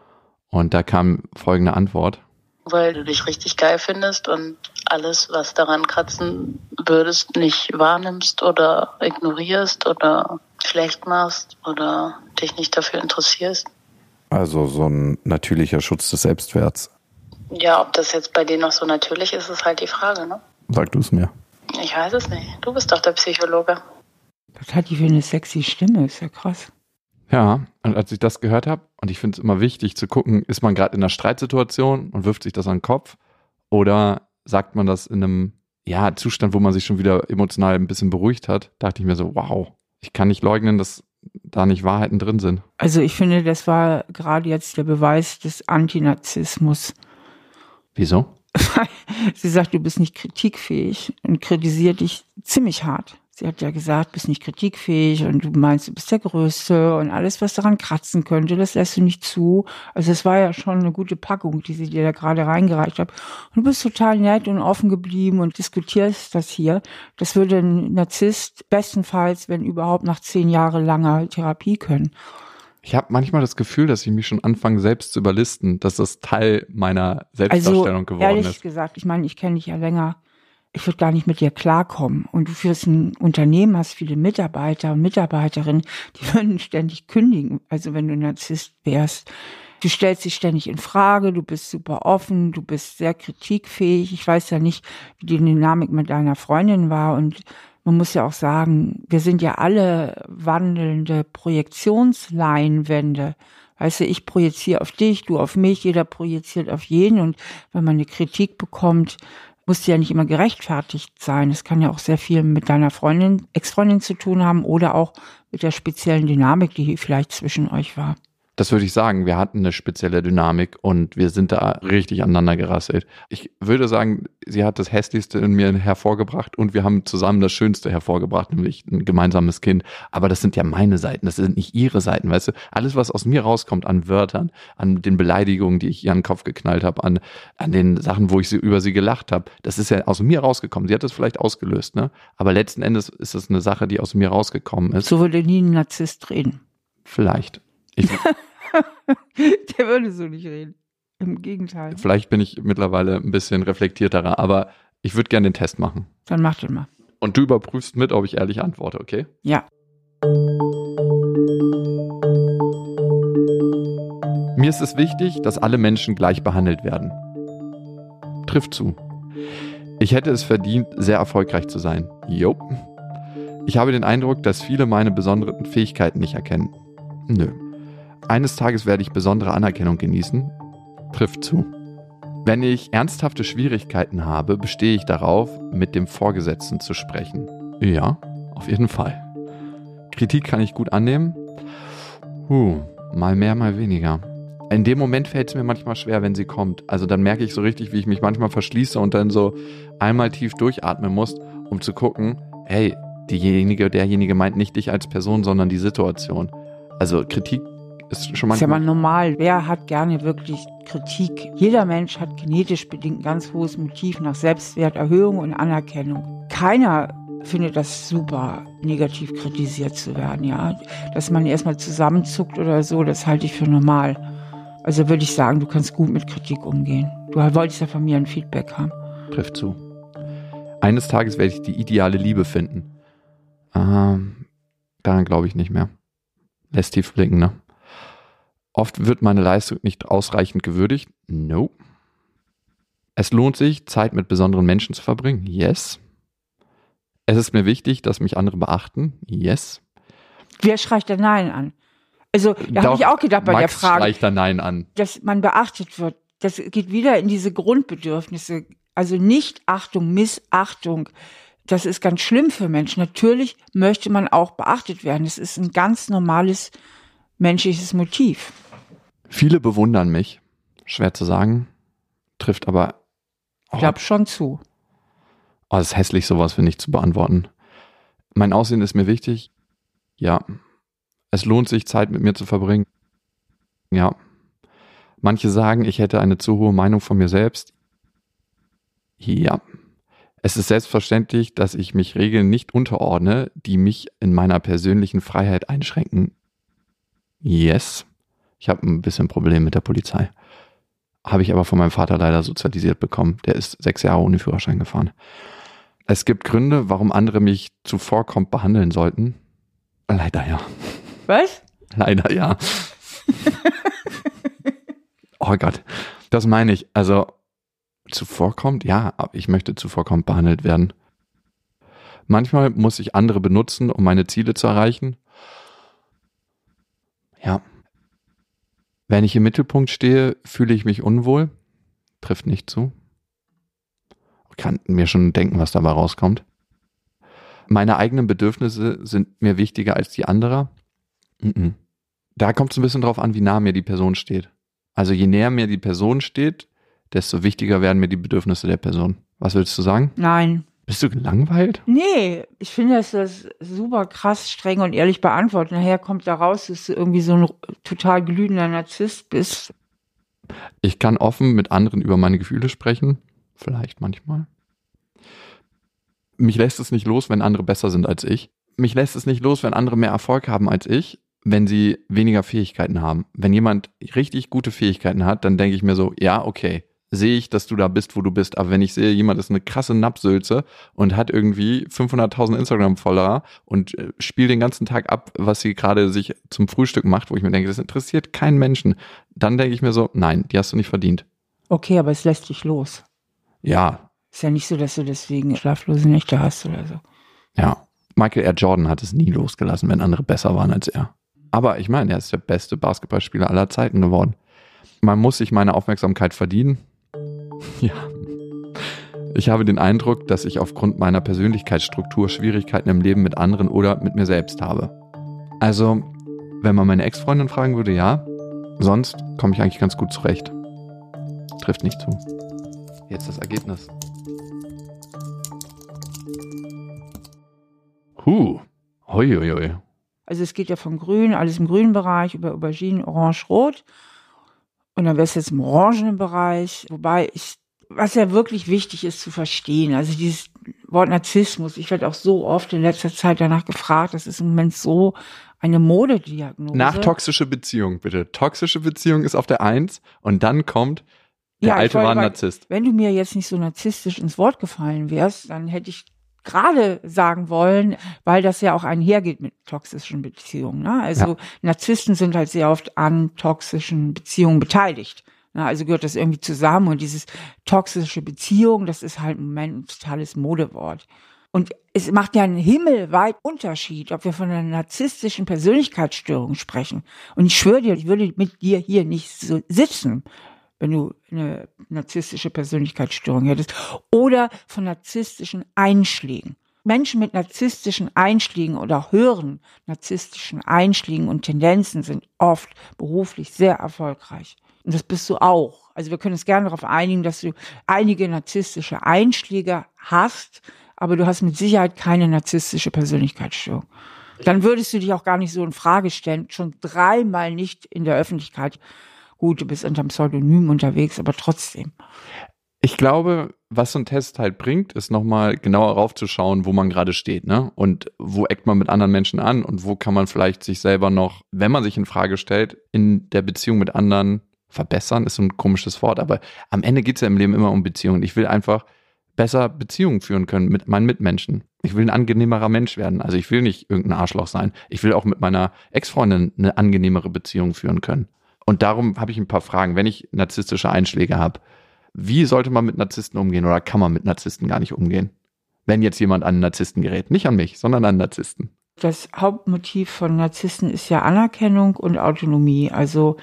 Und da kam folgende Antwort. Weil du dich richtig geil findest und alles, was daran kratzen würdest, nicht wahrnimmst oder ignorierst oder schlecht machst oder dich nicht dafür interessierst. Also so ein natürlicher Schutz des Selbstwerts. Ja, ob das jetzt bei dir noch so natürlich ist, ist halt die Frage, ne? Sag du es mir. Ich weiß es nicht. Du bist doch der Psychologe. Was hat die für eine sexy Stimme? Ist ja krass. Ja, und als ich das gehört habe, und ich finde es immer wichtig zu gucken, ist man gerade in einer Streitsituation und wirft sich das an den Kopf oder sagt man das in einem Zustand, wo man sich schon wieder emotional ein bisschen beruhigt hat, dachte ich mir so, wow, ich kann nicht leugnen, dass da nicht Wahrheiten drin sind. Also ich finde, das war gerade jetzt der Beweis des Antinarzissmus. Wieso? Sie sagt, du bist nicht kritikfähig und kritisiert dich ziemlich hart. Sie hat ja gesagt, du bist nicht kritikfähig und du meinst, du bist der Größte und alles, was daran kratzen könnte, das lässt du nicht zu. Also es war ja schon eine gute Packung, die sie dir da gerade reingereicht hat. Und du bist total nett und offen geblieben und diskutierst das hier. Das würde ein Narzisst bestenfalls, wenn überhaupt, nach 10 Jahre langer Therapie können. Ich habe manchmal das Gefühl, dass ich mich schon anfange, selbst zu überlisten, dass das Teil meiner Selbstdarstellung geworden ist. Ehrlich gesagt, ich meine, ich kenne dich ja länger. Ich würde gar nicht mit dir klarkommen. Und du führst ein Unternehmen, hast viele Mitarbeiter und Mitarbeiterinnen, die würden ständig kündigen. Also wenn du Narzisst wärst. Du stellst dich ständig in Frage, du bist super offen, du bist sehr kritikfähig. Ich weiß ja nicht, wie die Dynamik mit deiner Freundin war und man muss ja auch sagen, wir sind ja alle wandelnde Projektionsleinwände. Weißt du, ich projiziere auf dich, du auf mich, jeder projiziert auf jeden und wenn man eine Kritik bekommt, muss die ja nicht immer gerechtfertigt sein. Es kann ja auch sehr viel mit deiner Freundin, Ex-Freundin zu tun haben oder auch mit der speziellen Dynamik, die vielleicht zwischen euch war. Das würde ich sagen, wir hatten eine spezielle Dynamik und wir sind da richtig aneinander gerasselt. Ich würde sagen, sie hat das Hässlichste in mir hervorgebracht und wir haben zusammen das Schönste hervorgebracht, nämlich ein gemeinsames Kind. Aber das sind ja meine Seiten, das sind nicht ihre Seiten, weißt du? Alles, was aus mir rauskommt an Wörtern, an den Beleidigungen, die ich ihr an den Kopf geknallt habe, an den Sachen, wo ich über sie gelacht habe, das ist ja aus mir rausgekommen. Sie hat das vielleicht ausgelöst, ne? Aber letzten Endes ist das eine Sache, die aus mir rausgekommen ist. So würde nie ein Narzisst reden. Vielleicht. Der würde so nicht reden. Im Gegenteil. Vielleicht bin ich mittlerweile ein bisschen reflektierterer, aber ich würde gerne den Test machen. Dann mach den mal. Und du überprüfst mit, ob ich ehrlich antworte, okay? Ja. Mir ist es wichtig, dass alle Menschen gleich behandelt werden. Trifft zu. Ich hätte es verdient, sehr erfolgreich zu sein. Jo. Ich habe den Eindruck, dass viele meine besonderen Fähigkeiten nicht erkennen. Nö. Eines Tages werde ich besondere Anerkennung genießen. Trifft zu. Wenn ich ernsthafte Schwierigkeiten habe, bestehe ich darauf, mit dem Vorgesetzten zu sprechen. Ja, auf jeden Fall. Kritik kann ich gut annehmen. Mal mehr, mal weniger. In dem Moment fällt es mir manchmal schwer, wenn sie kommt. Also dann merke ich so richtig, wie ich mich manchmal verschließe und dann so einmal tief durchatmen muss, um zu gucken, hey, derjenige meint nicht dich als Person, sondern die Situation. Also Kritik ist schon manchmal... Ist ja mal normal. Wer hat gerne wirklich Kritik? Jeder Mensch hat genetisch bedingt ein ganz hohes Motiv nach Selbstwerterhöhung und Anerkennung. Keiner findet das super, negativ kritisiert zu werden, ja. Dass man erstmal zusammenzuckt oder so, das halte ich für normal. Also würde ich sagen, du kannst gut mit Kritik umgehen. Du wolltest ja von mir ein Feedback haben. Trifft zu. Eines Tages werde ich die ideale Liebe finden. Daran glaube ich nicht mehr. Lässt tief blicken, ne? Oft wird meine Leistung nicht ausreichend gewürdigt. No. Es lohnt sich, Zeit mit besonderen Menschen zu verbringen. Yes. Es ist mir wichtig, dass mich andere beachten. Yes. Wer schreit da Nein an? Also, da habe ich auch gedacht bei der Frage, schreit da Nein an. Dass man beachtet wird. Das geht wieder in diese Grundbedürfnisse. Also Nichtachtung, Missachtung. Das ist ganz schlimm für Menschen. Natürlich möchte man auch beachtet werden. Es ist ein ganz normales menschliches Motiv. Viele bewundern mich. Schwer zu sagen. Trifft aber... Ich glaube schon zu. Oh, es ist hässlich, sowas für nicht zu beantworten. Mein Aussehen ist mir wichtig. Ja. Es lohnt sich, Zeit mit mir zu verbringen. Ja. Manche sagen, ich hätte eine zu hohe Meinung von mir selbst. Ja. Es ist selbstverständlich, dass ich mich Regeln nicht unterordne, die mich in meiner persönlichen Freiheit einschränken. Yes. Ich habe ein bisschen Probleme mit der Polizei. Habe ich aber von meinem Vater leider sozialisiert bekommen. Der ist 6 Jahre ohne Führerschein gefahren. Es gibt Gründe, warum andere mich zuvorkommend behandeln sollten. Leider ja. Was? Leider ja. Oh Gott. Das meine ich. Also zuvorkommt? Ja, aber ich möchte zuvorkommend behandelt werden. Manchmal muss ich andere benutzen, um meine Ziele zu erreichen. Ja. Wenn ich im Mittelpunkt stehe, fühle ich mich unwohl. Trifft nicht zu. Ich kann mir schon denken, was dabei rauskommt. Meine eigenen Bedürfnisse sind mir wichtiger als die anderer. Da kommt es ein bisschen drauf an, wie nah mir die Person steht. Also je näher mir die Person steht, desto wichtiger werden mir die Bedürfnisse der Person. Was willst du sagen? Nein. Bist du gelangweilt? Nee, ich finde, dass das super krass, streng und ehrlich beantwortet. Nachher kommt da raus, dass du irgendwie so ein total glühender Narzisst bist. Ich kann offen mit anderen über meine Gefühle sprechen. Vielleicht manchmal. Mich lässt es nicht los, wenn andere besser sind als ich. Mich lässt es nicht los, wenn andere mehr Erfolg haben als ich, wenn sie weniger Fähigkeiten haben. Wenn jemand richtig gute Fähigkeiten hat, dann denke ich mir so, ja, okay, sehe ich, dass du da bist, wo du bist. Aber wenn ich sehe, jemand ist eine krasse Napsülze und hat irgendwie 500.000 Instagram-Follower und spielt den ganzen Tag ab, was sie gerade sich zum Frühstück macht, wo ich mir denke, das interessiert keinen Menschen, dann denke ich mir so, nein, die hast du nicht verdient. Okay, aber es lässt dich los. Ja. Ist ja nicht so, dass du deswegen schlaflose Nächte hast oder so. Ja. Michael R. Jordan hat es nie losgelassen, wenn andere besser waren als er. Aber ich meine, er ist der beste Basketballspieler aller Zeiten geworden. Man muss sich meine Aufmerksamkeit verdienen. Ja. Ich habe den Eindruck, dass ich aufgrund meiner Persönlichkeitsstruktur Schwierigkeiten im Leben mit anderen oder mit mir selbst habe. Also, wenn man meine Ex-Freundin fragen würde, ja. Sonst komme ich eigentlich ganz gut zurecht. Trifft nicht zu. Jetzt das Ergebnis. Hoi. Also es geht ja von grün, alles im grünen Bereich, über Auberginen, orange, rot. Und dann wäre es jetzt im orangenen Bereich. Wobei was ja wirklich wichtig ist zu verstehen, also dieses Wort Narzissmus, ich werde auch so oft in letzter Zeit danach gefragt, das ist im Moment so eine Modediagnose. Nach toxische Beziehung, bitte. Toxische Beziehung ist auf der 1 und dann kommt, der Alte war ein Narzisst. Wenn du mir jetzt nicht so narzisstisch ins Wort gefallen wärst, dann hätte ich gerade sagen wollen, weil das ja auch einhergeht mit toxischen Beziehungen. Ne? Also Narzissten sind halt sehr oft an toxischen Beziehungen beteiligt. Ne? Also gehört das irgendwie zusammen und dieses toxische Beziehung, das ist halt im Moment ein totales Modewort. Und es macht ja einen himmelweit Unterschied, ob wir von einer narzisstischen Persönlichkeitsstörung sprechen. Und ich schwöre dir, ich würde mit dir hier nicht so sitzen, wenn du eine narzisstische Persönlichkeitsstörung hättest, oder von narzisstischen Einschlägen. Menschen mit narzisstischen Einschlägen oder auch höheren narzisstischen Einschlägen und Tendenzen sind oft beruflich sehr erfolgreich. Und das bist du auch. Also wir können uns gerne darauf einigen, dass du einige narzisstische Einschläge hast, aber du hast mit Sicherheit keine narzisstische Persönlichkeitsstörung. Dann würdest du dich auch gar nicht so in Frage stellen, schon 3-mal nicht in der Öffentlichkeit. Gut, du bist unter einem Pseudonym unterwegs, aber trotzdem. Ich glaube, was so ein Test halt bringt, ist nochmal genauer raufzuschauen, wo man gerade steht, ne? Und wo eckt man mit anderen Menschen an und wo kann man vielleicht sich selber noch, wenn man sich in Frage stellt, in der Beziehung mit anderen verbessern, ist so ein komisches Wort, aber am Ende geht es ja im Leben immer um Beziehungen. Ich will einfach besser Beziehungen führen können mit meinen Mitmenschen. Ich will ein angenehmerer Mensch werden. Also ich will nicht irgendein Arschloch sein. Ich will auch mit meiner Ex-Freundin eine angenehmere Beziehung führen können. Und darum habe ich ein paar Fragen, wenn ich narzisstische Einschläge habe. Wie sollte man mit Narzissten umgehen oder kann man mit Narzissten gar nicht umgehen? Wenn jetzt jemand an einen Narzissten gerät. Nicht an mich, sondern an Narzissten. Das Hauptmotiv von Narzissten ist ja Anerkennung und Autonomie. Also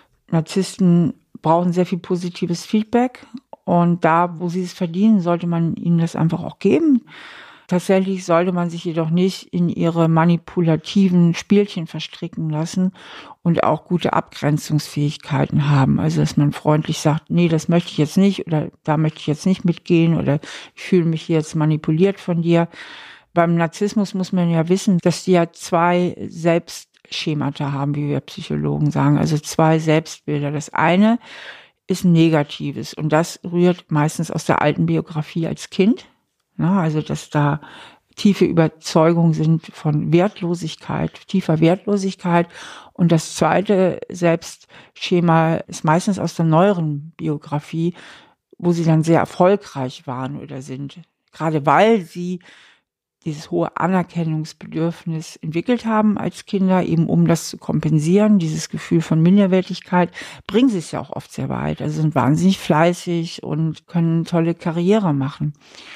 Narzissten brauchen sehr viel positives Feedback und da, wo sie es verdienen, sollte man ihnen das einfach auch geben. Tatsächlich sollte man sich jedoch nicht in ihre manipulativen Spielchen verstricken lassen und auch gute Abgrenzungsfähigkeiten haben. Also, dass man freundlich sagt, nee, das möchte ich jetzt nicht oder da möchte ich jetzt nicht mitgehen oder ich fühle mich jetzt manipuliert von dir. Beim Narzissmus muss man ja wissen, dass die ja 2 Selbstschemata haben, wie wir Psychologen sagen, also 2 Selbstbilder. Das eine ist ein negatives und das rührt meistens aus der alten Biografie als Kind. Also, dass da tiefe Überzeugungen sind von Wertlosigkeit, tiefer Wertlosigkeit. Und das zweite Selbstschema ist meistens aus der neueren Biografie, wo sie dann sehr erfolgreich waren oder sind. Gerade weil sie dieses hohe Anerkennungsbedürfnis entwickelt haben als Kinder, eben um das zu kompensieren, dieses Gefühl von Minderwertigkeit, bringen sie es ja auch oft sehr weit. Also sind wahnsinnig fleißig und können tolle Karriere machen.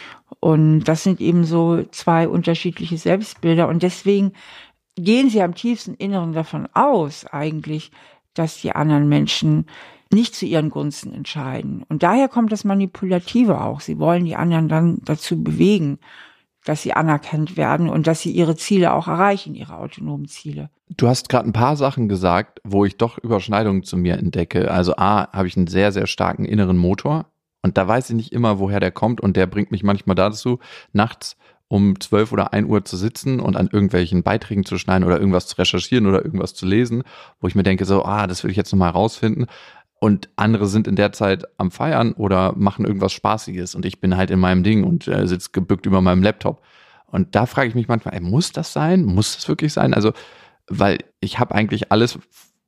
Und das sind eben so 2 unterschiedliche Selbstbilder. Und deswegen gehen sie am tiefsten Inneren davon aus, eigentlich, dass die anderen Menschen nicht zu ihren Gunsten entscheiden. Und daher kommt das Manipulative auch. Sie wollen die anderen dann dazu bewegen, dass sie anerkannt werden und dass sie ihre Ziele auch erreichen, ihre autonomen Ziele. Du hast gerade ein paar Sachen gesagt, wo ich doch Überschneidungen zu mir entdecke. Also A, habe ich einen sehr, sehr starken inneren Motor. Und da weiß ich nicht immer, woher der kommt und der bringt mich manchmal dazu, nachts um 12 oder 1 Uhr zu sitzen und an irgendwelchen Beiträgen zu schneiden oder irgendwas zu recherchieren oder irgendwas zu lesen, wo ich mir denke so, das will ich jetzt nochmal rausfinden. Und andere sind in der Zeit am Feiern oder machen irgendwas Spaßiges und ich bin halt in meinem Ding und sitze gebückt über meinem Laptop. Und da frage ich mich manchmal, muss das sein? Muss das wirklich sein? Also, weil ich habe eigentlich alles,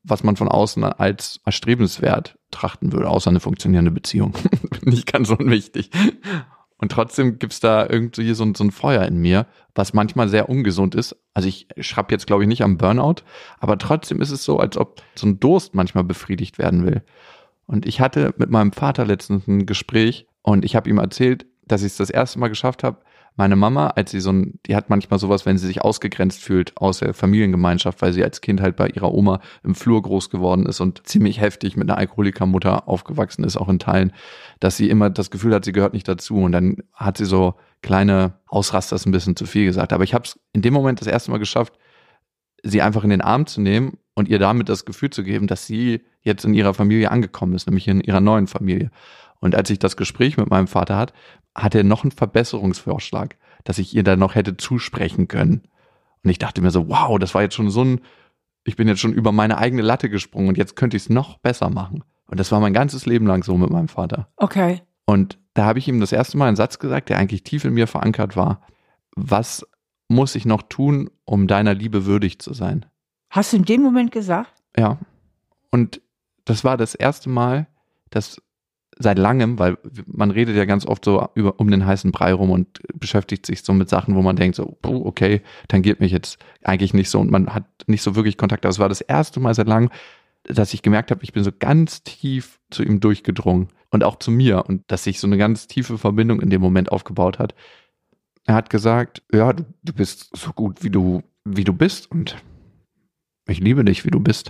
was man von außen als erstrebenswert trachten würde, außer eine funktionierende Beziehung. Nicht ganz unwichtig. Und trotzdem gibt's da irgendwie so ein Feuer in mir, was manchmal sehr ungesund ist. Also ich schraube jetzt, glaube ich, nicht am Burnout, aber trotzdem ist es so, als ob so ein Durst manchmal befriedigt werden will. Und ich hatte mit meinem Vater letztens ein Gespräch und ich habe ihm erzählt, dass ich es das erste Mal geschafft habe. Meine Mama, als sie die hat manchmal sowas, wenn sie sich ausgegrenzt fühlt aus der Familiengemeinschaft, weil sie als Kind halt bei ihrer Oma im Flur groß geworden ist und ziemlich heftig mit einer Alkoholikermutter aufgewachsen ist, auch in Teilen, dass sie immer das Gefühl hat, sie gehört nicht dazu. Und dann hat sie so kleine Ausrasters ein bisschen zu viel gesagt. Aber ich habe es in dem Moment das erste Mal geschafft, sie einfach in den Arm zu nehmen und ihr damit das Gefühl zu geben, dass sie jetzt in ihrer Familie angekommen ist, nämlich in ihrer neuen Familie. Und als ich das Gespräch mit meinem Vater hatte er noch einen Verbesserungsvorschlag, dass ich ihr dann noch hätte zusprechen können. Und ich dachte mir so, wow, das war jetzt schon ich bin jetzt schon über meine eigene Latte gesprungen und jetzt könnte ich es noch besser machen. Und das war mein ganzes Leben lang so mit meinem Vater. Okay. Und da habe ich ihm das erste Mal einen Satz gesagt, der eigentlich tief in mir verankert war. Was muss ich noch tun, um deiner Liebe würdig zu sein? Hast du in dem Moment gesagt? Ja. Und das war das erste Mal, dass seit langem, weil man redet ja ganz oft so um den heißen Brei rum und beschäftigt sich so mit Sachen, wo man denkt so, okay, tangiert mich jetzt eigentlich nicht so und man hat nicht so wirklich Kontakt. Aber es war das erste Mal seit langem, dass ich gemerkt habe, ich bin so ganz tief zu ihm durchgedrungen und auch zu mir und dass sich so eine ganz tiefe Verbindung in dem Moment aufgebaut hat. Er hat gesagt, ja, du bist so gut, wie du bist und ich liebe dich, wie du bist.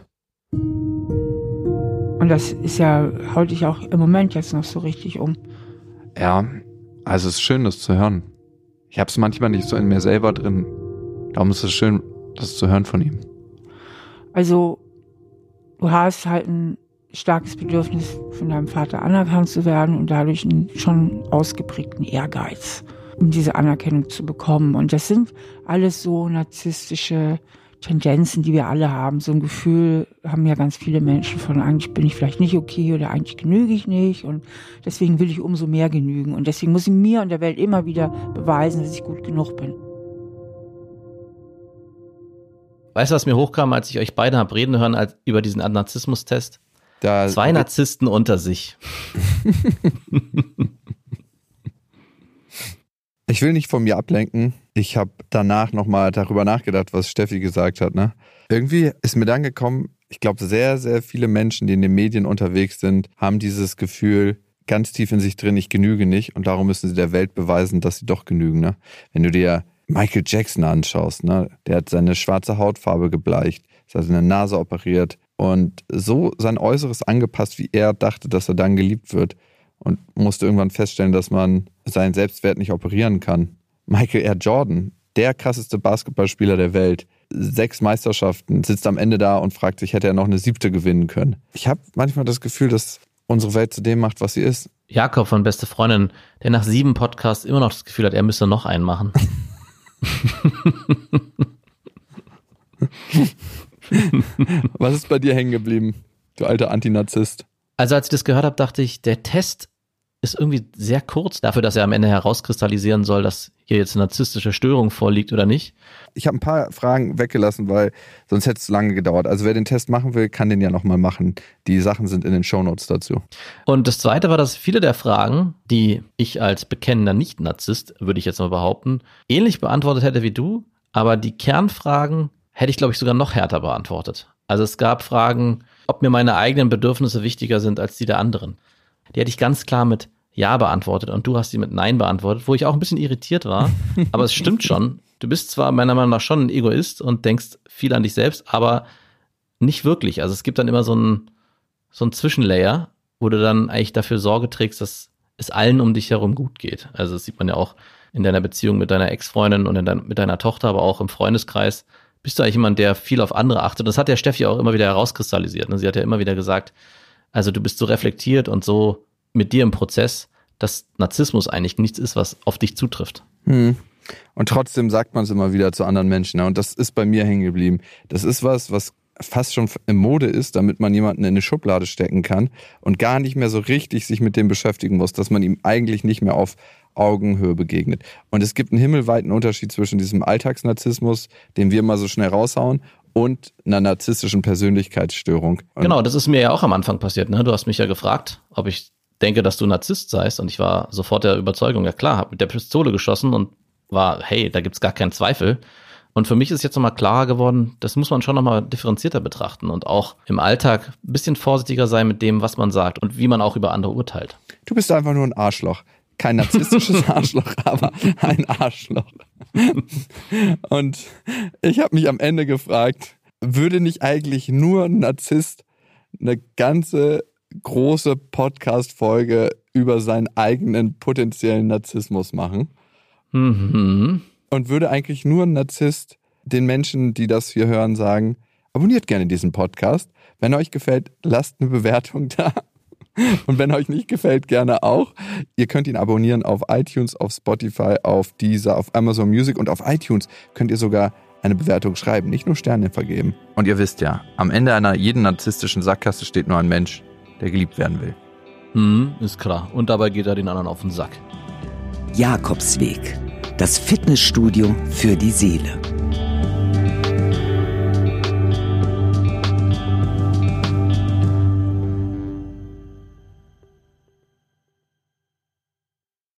Und das ist ja, haut dich auch im Moment jetzt noch so richtig um. Ja, also es ist schön, das zu hören. Ich habe es manchmal nicht so in mir selber drin. Darum ist es schön, das zu hören von ihm. Also, du hast halt ein starkes Bedürfnis, von deinem Vater anerkannt zu werden und dadurch einen schon ausgeprägten Ehrgeiz, um diese Anerkennung zu bekommen. Und das sind alles so narzisstische Tendenzen, die wir alle haben. So ein Gefühl haben ja ganz viele Menschen von, eigentlich bin ich vielleicht nicht okay oder eigentlich genüge ich nicht und deswegen will ich umso mehr genügen und deswegen muss ich mir und der Welt immer wieder beweisen, dass ich gut genug bin. Weißt du, was mir hochkam, als ich euch beide habe reden hören über diesen Narzissmus-Test? 2 Narzissten unter sich. Ich will nicht von mir ablenken. Ich habe danach nochmal darüber nachgedacht, was Steffi gesagt hat. Ne? Irgendwie ist mir dann gekommen, ich glaube, sehr, sehr viele Menschen, die in den Medien unterwegs sind, haben dieses Gefühl ganz tief in sich drin, ich genüge nicht und darum müssen sie der Welt beweisen, dass sie doch genügen. Ne? Wenn du dir Michael Jackson anschaust, ne? Der hat seine schwarze Hautfarbe gebleicht, hat seine Nase operiert und so sein Äußeres angepasst, wie er dachte, dass er dann geliebt wird. Und musste irgendwann feststellen, dass man seinen Selbstwert nicht operieren kann. Michael R. Jordan, der krasseste Basketballspieler der Welt, 6 Meisterschaften, sitzt am Ende da und fragt sich, hätte er noch eine 7. gewinnen können. Ich habe manchmal das Gefühl, dass unsere Welt zu dem macht, was sie ist. Jakob von Beste Freundin, der nach 7 Podcasts immer noch das Gefühl hat, er müsste noch einen machen. Was ist bei dir hängen geblieben, du alter Antinarzisst? Also als ich das gehört habe, dachte ich, der Test ist irgendwie sehr kurz dafür, dass er am Ende herauskristallisieren soll, dass hier jetzt eine narzisstische Störung vorliegt oder nicht. Ich habe ein paar Fragen weggelassen, weil sonst hätte es lange gedauert. Also wer den Test machen will, kann den ja nochmal machen. Die Sachen sind in den Shownotes dazu. Und das Zweite war, dass viele der Fragen, die ich als bekennender Nicht-Narzisst, würde ich jetzt mal behaupten, ähnlich beantwortet hätte wie du, aber die Kernfragen hätte ich, glaube ich, sogar noch härter beantwortet. Also es gab Fragen, ob mir meine eigenen Bedürfnisse wichtiger sind als die der anderen. Die hätte ich ganz klar mit Ja beantwortet und du hast die mit Nein beantwortet, wo ich auch ein bisschen irritiert war. Aber es stimmt schon. Du bist zwar meiner Meinung nach schon ein Egoist und denkst viel an dich selbst, aber nicht wirklich. Also es gibt dann immer so ein Zwischenlayer, wo du dann eigentlich dafür Sorge trägst, dass es allen um dich herum gut geht. Also das sieht man ja auch in deiner Beziehung mit deiner Ex-Freundin und mit deiner Tochter, aber auch im Freundeskreis. Bist du eigentlich jemand, der viel auf andere achtet? Und das hat ja Steffi auch immer wieder herauskristallisiert. Ne? Sie hat ja immer wieder gesagt, also du bist so reflektiert und so mit dir im Prozess, dass Narzissmus eigentlich nichts ist, was auf dich zutrifft. Und trotzdem sagt man es immer wieder zu anderen Menschen. Ne? Und das ist bei mir hängen geblieben. Das ist was fast schon in Mode ist, damit man jemanden in eine Schublade stecken kann und gar nicht mehr so richtig sich mit dem beschäftigen muss, dass man ihm eigentlich nicht mehr auf Augenhöhe begegnet. Und es gibt einen himmelweiten Unterschied zwischen diesem Alltagsnarzissmus, den wir mal so schnell raushauen, und einer narzisstischen Persönlichkeitsstörung. Und genau, das ist mir ja auch am Anfang passiert. Ne? Du hast mich ja gefragt, ob ich denke, dass du Narzisst seist. Und ich war sofort der Überzeugung, ja klar, habe mit der Pistole geschossen und war, hey, da gibt's gar keinen Zweifel. Und für mich ist jetzt nochmal klarer geworden, das muss man schon nochmal differenzierter betrachten und auch im Alltag ein bisschen vorsichtiger sein mit dem, was man sagt und wie man auch über andere urteilt. Du bist einfach nur ein Arschloch. Kein narzisstisches Arschloch, aber ein Arschloch. Und ich habe mich am Ende gefragt, würde nicht eigentlich nur ein Narzisst eine ganze große Podcast-Folge über seinen eigenen potenziellen Narzissmus machen? Mhm. Und würde eigentlich nur ein Narzisst den Menschen, die das hier hören, sagen, abonniert gerne diesen Podcast. Wenn euch gefällt, lasst eine Bewertung da. Und wenn euch nicht gefällt, gerne auch. Ihr könnt ihn abonnieren auf iTunes, auf Spotify, auf Deezer, auf Amazon Music und auf iTunes könnt ihr sogar eine Bewertung schreiben, nicht nur Sterne vergeben. Und ihr wisst ja, am Ende einer jeden narzisstischen Sackgasse steht nur ein Mensch, der geliebt werden will. Ist klar. Und dabei geht er den anderen auf den Sack. Jakobsweg. Das Fitnessstudio für die Seele.